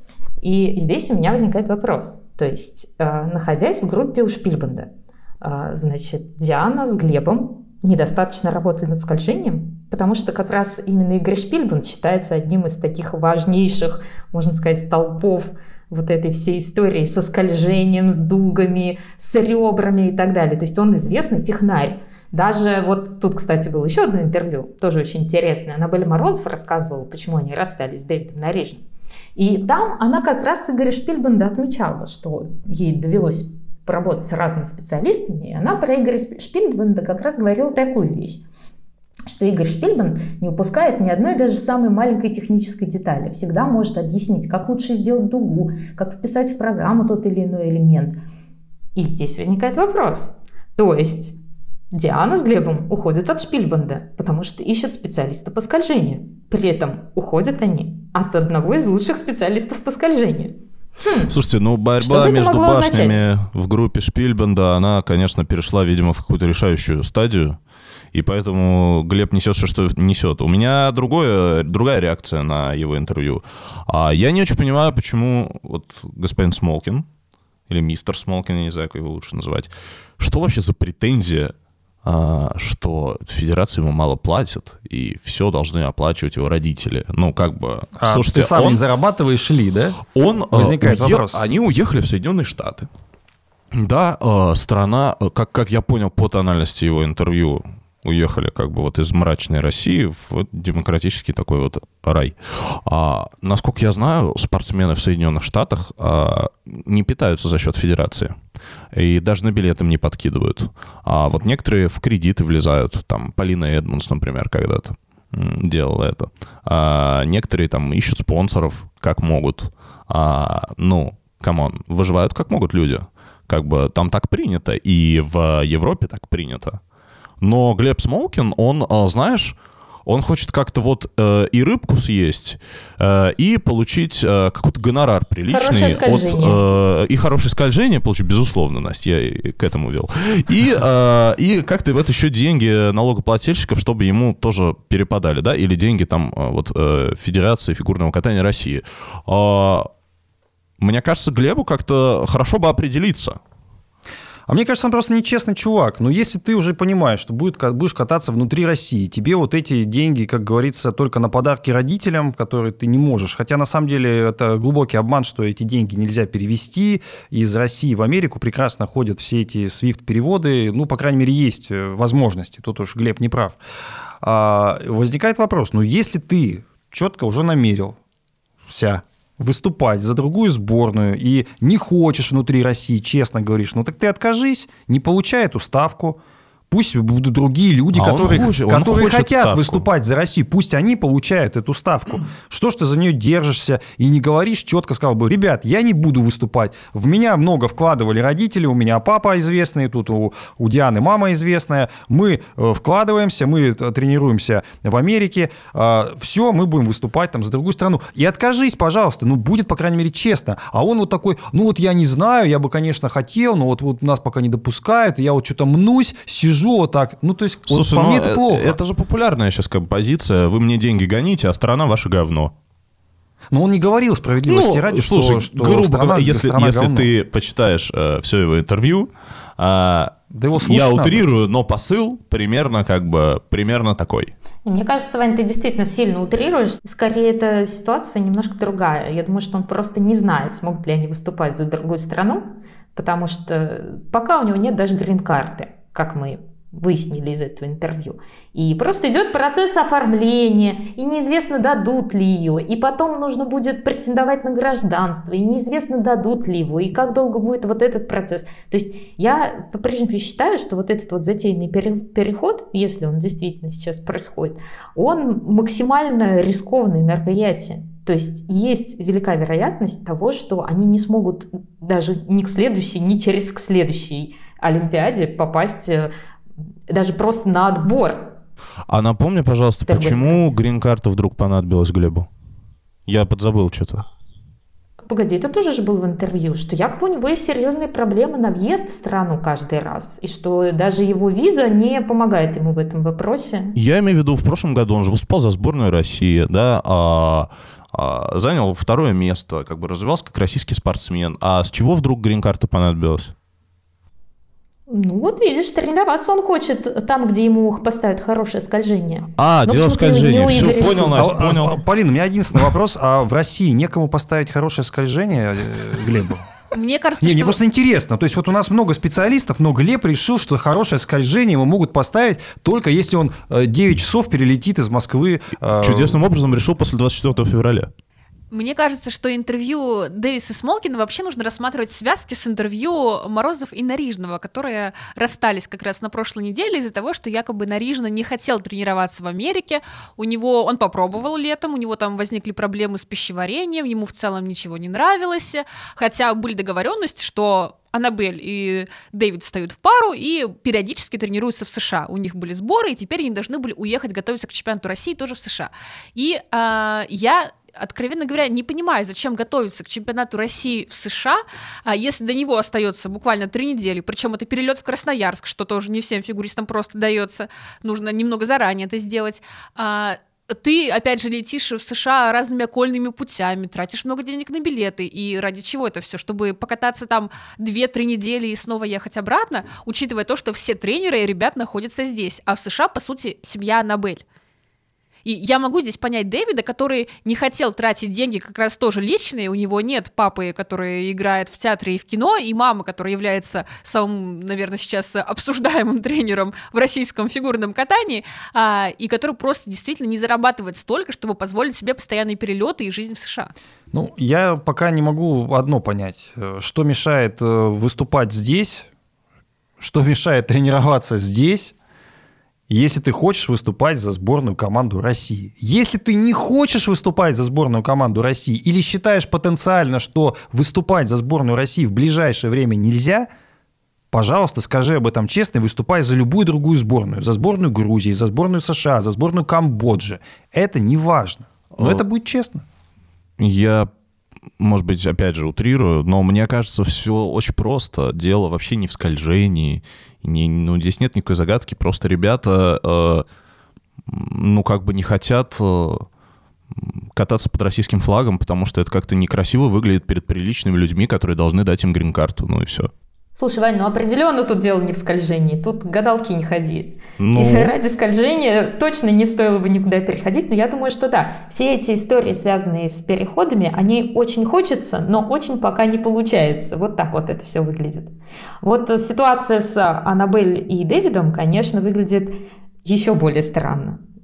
И здесь у меня возникает вопрос. То есть, э, находясь в группе у Шпильбанда, э, значит, Диана с Глебом недостаточно работали над скольжением, потому что как раз именно Игорь Шпильбанд считается одним из таких важнейших, можно сказать, столпов вот этой всей истории со скольжением, с дугами, с ребрами и так далее. То есть он известный технарь. Даже вот тут, кстати, было еще одно интервью, тоже очень интересное. Аннабель Морозов рассказывала, почему они расстались с Дэвидом Нарижным. И там она как раз Игоря Шпильбанда отмечала, что ей довелось поработать с разными специалистами, и она про Игоря Шпильбанда как раз говорила такую вещь, что Игорь Шпильбанд не упускает ни одной даже самой маленькой технической детали, всегда может объяснить, как лучше сделать дугу, как вписать в программу тот или иной элемент. И здесь возникает вопрос. То есть Диана с Глебом уходят от Шпильбанда, потому что ищут специалиста по скольжению. При этом уходят они от одного из лучших специалистов по скольжению. Хм. Слушайте, ну борьба между башнями означать? В группе Шпильбанда, она, конечно, перешла, видимо, в какую-то решающую стадию, и поэтому Глеб несет все, что несет. У меня другое, другая реакция на его интервью. А я не очень понимаю, почему вот господин Смолкин, или мистер Смолкин, я не знаю, как его лучше называть, что вообще за претензия, что федерация ему мало платит, и все должны оплачивать его родители. Ну, как бы... А, слушайте, ты сам он, не зарабатываешь ли, да? Он, Возникает уе... вопрос. Они уехали в Соединенные Штаты. Да, страна, как, как я понял по тональности его интервью, уехали как бы вот из мрачной России в демократический такой вот рай. А, насколько я знаю, спортсмены в Соединенных Штатах а, не питаются за счет федерации. И даже на билет им не подкидывают. А вот некоторые в кредиты влезают. Там Полина Эдмонс, например, когда-то делала это. А некоторые там ищут спонсоров как могут. А, ну, камон, выживают как могут люди. Как бы там так принято. И в Европе так принято. Но Глеб Смолкин, он, знаешь, он хочет как-то вот э, и рыбку съесть, э, и получить э, какой-то гонорар приличный. От, э, и хорошее скольжение получить, безусловно, Настя, я к этому вел. И, э, и как-то вот еще деньги налогоплательщиков, чтобы ему тоже перепадали, да, или деньги там вот э, Федерации фигурного катания России. Э, мне кажется, Глебу как-то хорошо бы определиться. А мне кажется, он просто нечестный чувак. Но если ты уже понимаешь, что будет, будешь кататься внутри России, тебе вот эти деньги, как говорится, только на подарки родителям, которые ты не можешь. Хотя на самом деле это глубокий обман, что эти деньги нельзя перевести. Из России в Америку прекрасно ходят все эти свифт-переводы. Ну, по крайней мере, есть возможности. Тут уж Глеб не прав. а, возникает вопрос, ну, если ты четко уже намерился выступать за другую сборную и не хочешь внутри России, честно говоришь, ну, так ты откажись, не получай эту ставку. Пусть будут другие люди, а которые, хочет, которые хотят ставку. Выступать за Россию. Пусть они получают эту ставку. Что ж ты за нее держишься и не говоришь, четко сказал бы, ребят, я не буду выступать. В меня много вкладывали родители, у меня папа известный, тут у, у Дианы мама известная. Мы вкладываемся, мы тренируемся в Америке. Все, мы будем выступать там за другую страну. И откажись, пожалуйста, ну будет, по крайней мере, честно. А он вот такой, ну вот я не знаю, я бы, конечно, хотел, но вот, вот нас пока не допускают, я вот что-то мнусь, сижу, вот так. Ну, то есть, слушай, вот, по мне это плохо. Это же популярная сейчас как бы позиция. Вы мне деньги гоните, а страна ваше говно. Но он не говорил справедливости ну, ради, слушай, что, грубо что страна, говоря, если, страна если говно. ты почитаешь э, все его интервью, э, да его я утрирую, надо. Но посыл примерно как бы примерно такой. Мне кажется, Вань, ты действительно сильно утрируешь. Скорее, эта ситуация немножко другая. Я думаю, что он просто не знает, смогут ли они выступать за другую страну, потому что пока у него нет даже грин-карты, как мы выяснили из этого интервью. И просто идет процесс оформления, и неизвестно, дадут ли ее, и потом нужно будет претендовать на гражданство, и неизвестно, дадут ли его, и как долго будет вот этот процесс. То есть я по-прежнему считаю, что вот этот вот затеянный переход, если он действительно сейчас происходит, он максимально рискованное мероприятие. То есть есть велика вероятность того, что они не смогут даже ни к следующей, ни через к следующей Олимпиаде попасть даже просто на отбор. А напомни, пожалуйста, почему грин-карта вдруг понадобилась Глебу? Я подзабыл что-то. Погоди, это тоже же было в интервью, что якобы у него есть серьезные проблемы на въезд в страну каждый раз, и что даже его виза не помогает ему в этом вопросе. Я имею в виду, в прошлом году он же выступал за сборную России, да, а, а, занял второе место, как бы развивался как российский спортсмен. А с чего вдруг грин-карта понадобилась? Ну вот видишь, тренироваться он хочет там, где ему поставят хорошее скольжение. А, но дело скольжения. Все, Игоря понял, Настя, а, понял. А, Полина, у меня единственный вопрос. А в России некому поставить хорошее скольжение Глебу? Мне кажется, не, что... Мне просто интересно. То есть вот у нас много специалистов, но Глеб решил, что хорошее скольжение ему могут поставить только если он девять часов перелетит из Москвы. Чудесным образом решил после двадцать четвёртого февраля. Мне кажется, что интервью Дэвиса Смолкина вообще нужно рассматривать в связке с интервью Морозов и Нарижного, которые расстались как раз на прошлой неделе из-за того, что якобы Нарижный не хотел тренироваться в Америке. У него, он попробовал летом, у него там возникли проблемы с пищеварением, ему в целом ничего не нравилось, хотя были договоренности, что Аннабель и Дэвид встают в пару и периодически тренируются в США. У них были сборы, и теперь они должны были уехать готовиться к чемпионату России тоже в США. И а, я... откровенно говоря, не понимаю, зачем готовиться к чемпионату России в США, если до него остается буквально три недели, причем это перелет в Красноярск, что тоже не всем фигуристам просто дается, нужно немного заранее это сделать. Ты, опять же, летишь в США разными окольными путями, тратишь много денег на билеты, и ради чего это все? Чтобы покататься там две-три недели и снова ехать обратно, учитывая то, что все тренеры и ребят находятся здесь, а в США, по сути, семья Аннабель. И я могу здесь понять Дэвида, который не хотел тратить деньги как раз тоже личные, у него нет папы, который играет в театре и в кино, и мамы, которая является самым, наверное, сейчас обсуждаемым тренером в российском фигурном катании, а, и который просто действительно не зарабатывает столько, чтобы позволить себе постоянные перелеты и жизнь в США. Ну, я пока не могу одно понять. Что мешает выступать здесь, что мешает тренироваться здесь, если ты хочешь выступать за сборную команду России. Если ты не хочешь выступать за сборную команду России или считаешь потенциально, что выступать за сборную России в ближайшее время нельзя, пожалуйста, скажи об этом честно и выступай за любую другую сборную. За сборную Грузии, за сборную США, за сборную Камбоджи. Это не важно. Но О, это будет честно. Я, может быть, опять же утрирую, но мне кажется, все очень просто. Дело вообще не в скольжении. Не, ну, здесь нет никакой загадки, просто ребята, э, ну, как бы не хотят э, кататься под российским флагом, потому что это как-то некрасиво выглядит перед приличными людьми, которые должны дать им грин-карту, ну и все. Слушай, Вань, ну определенно тут дело не в скольжении, тут гадалки не ходи. Ну... И ради скольжения точно не стоило бы никуда переходить, но я думаю, что да, все эти истории, связанные с переходами, они очень хочется, но очень пока не получается. Вот так вот это все выглядит. Вот ситуация с Аннабель и Дэвидом, конечно, выглядит еще более странно.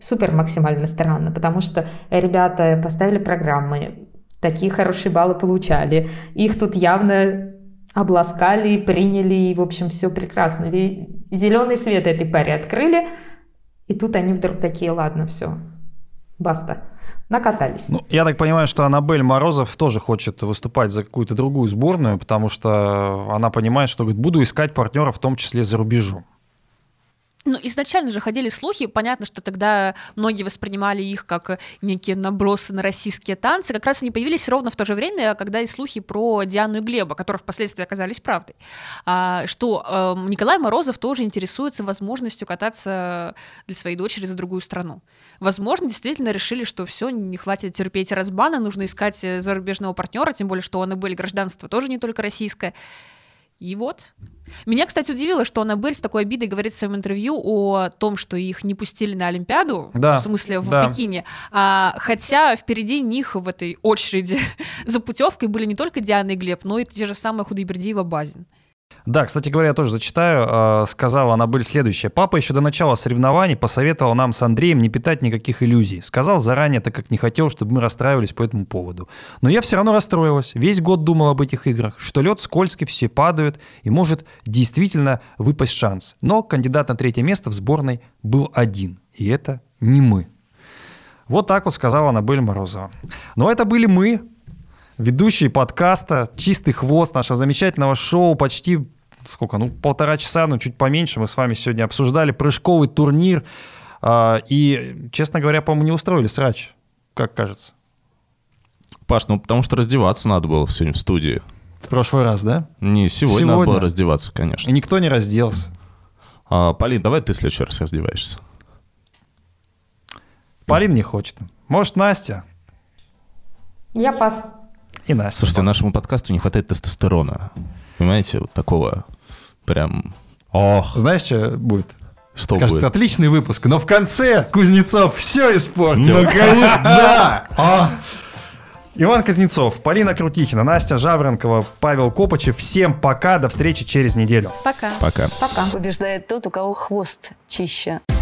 супер максимально странно, потому что ребята поставили программы, такие хорошие баллы получали, их тут явно обласкали, приняли, и, в общем, все прекрасно. Зеленый свет этой паре открыли, и тут они вдруг такие, ладно, все, баста. Накатались. Ну, я так понимаю, что Аннабель Морозов тоже хочет выступать за какую-то другую сборную, потому что она понимает, что говорит, буду искать партнеров, в том числе за рубежом. Ну, изначально же ходили слухи, понятно, что тогда многие воспринимали их как некие набросы на российские танцы. Как раз они появились ровно в то же время, когда и слухи про Диану и Глеба, которые впоследствии оказались правдой. А, что э, Николай Морозов тоже интересуется возможностью кататься для своей дочери за другую страну. Возможно, действительно решили, что все, не хватит терпеть разбана, нужно искать зарубежного партнера, тем более, что у Аннабель гражданство тоже не только российское. И вот. Меня, кстати, удивило, что Аннабель с такой обидой говорит в своем интервью о том, что их не пустили на Олимпиаду, да, в смысле в да. Пекине, а, хотя впереди них в этой очереди за путевкой были не только Диана и Глеб, но и те же самые Худайбердиева, Базин. Да, кстати говоря, я тоже зачитаю. Сказала Аннабель следующее. Папа еще до начала соревнований посоветовал нам с Андреем не питать никаких иллюзий. Сказал заранее, так как не хотел, чтобы мы расстраивались по этому поводу. Но я все равно расстроилась. Весь год думал об этих играх, что лед скользкий, все падают, и может действительно выпасть шанс. Но кандидат на третье место в сборной был один. И это не мы. Вот так вот сказала Аннабель Морозова. Но это были мы, ведущие подкаста «Чистый хвост», нашего замечательного шоу, почти, сколько, ну, полтора часа, ну, чуть поменьше. Мы с вами сегодня обсуждали прыжковый турнир. Э, и, честно говоря, по-моему, не устроили срач, как кажется. Паш, ну, потому что раздеваться надо было сегодня в студии. В прошлый раз, да? Не, сегодня, сегодня надо было раздеваться, конечно. И никто не разделся. А, Полин, давай ты в следующий раз раздеваешься. Полин не хочет. Может, Настя? Я пас. И Настя. Слушайте, пас. Нашему подкасту не хватает тестостерона. Понимаете, вот такого прям... Ох. Знаешь, что будет? Что Скажет, будет? Отличный выпуск, но в конце Кузнецов все испортил. Ну, конечно, да! Иван Кузнецов, Полина Крутихина, Настя Жаворонкова, Павел Копачев. Всем пока, до встречи через неделю. Пока. Пока. Пока. Побеждает тот, у кого хвост чище.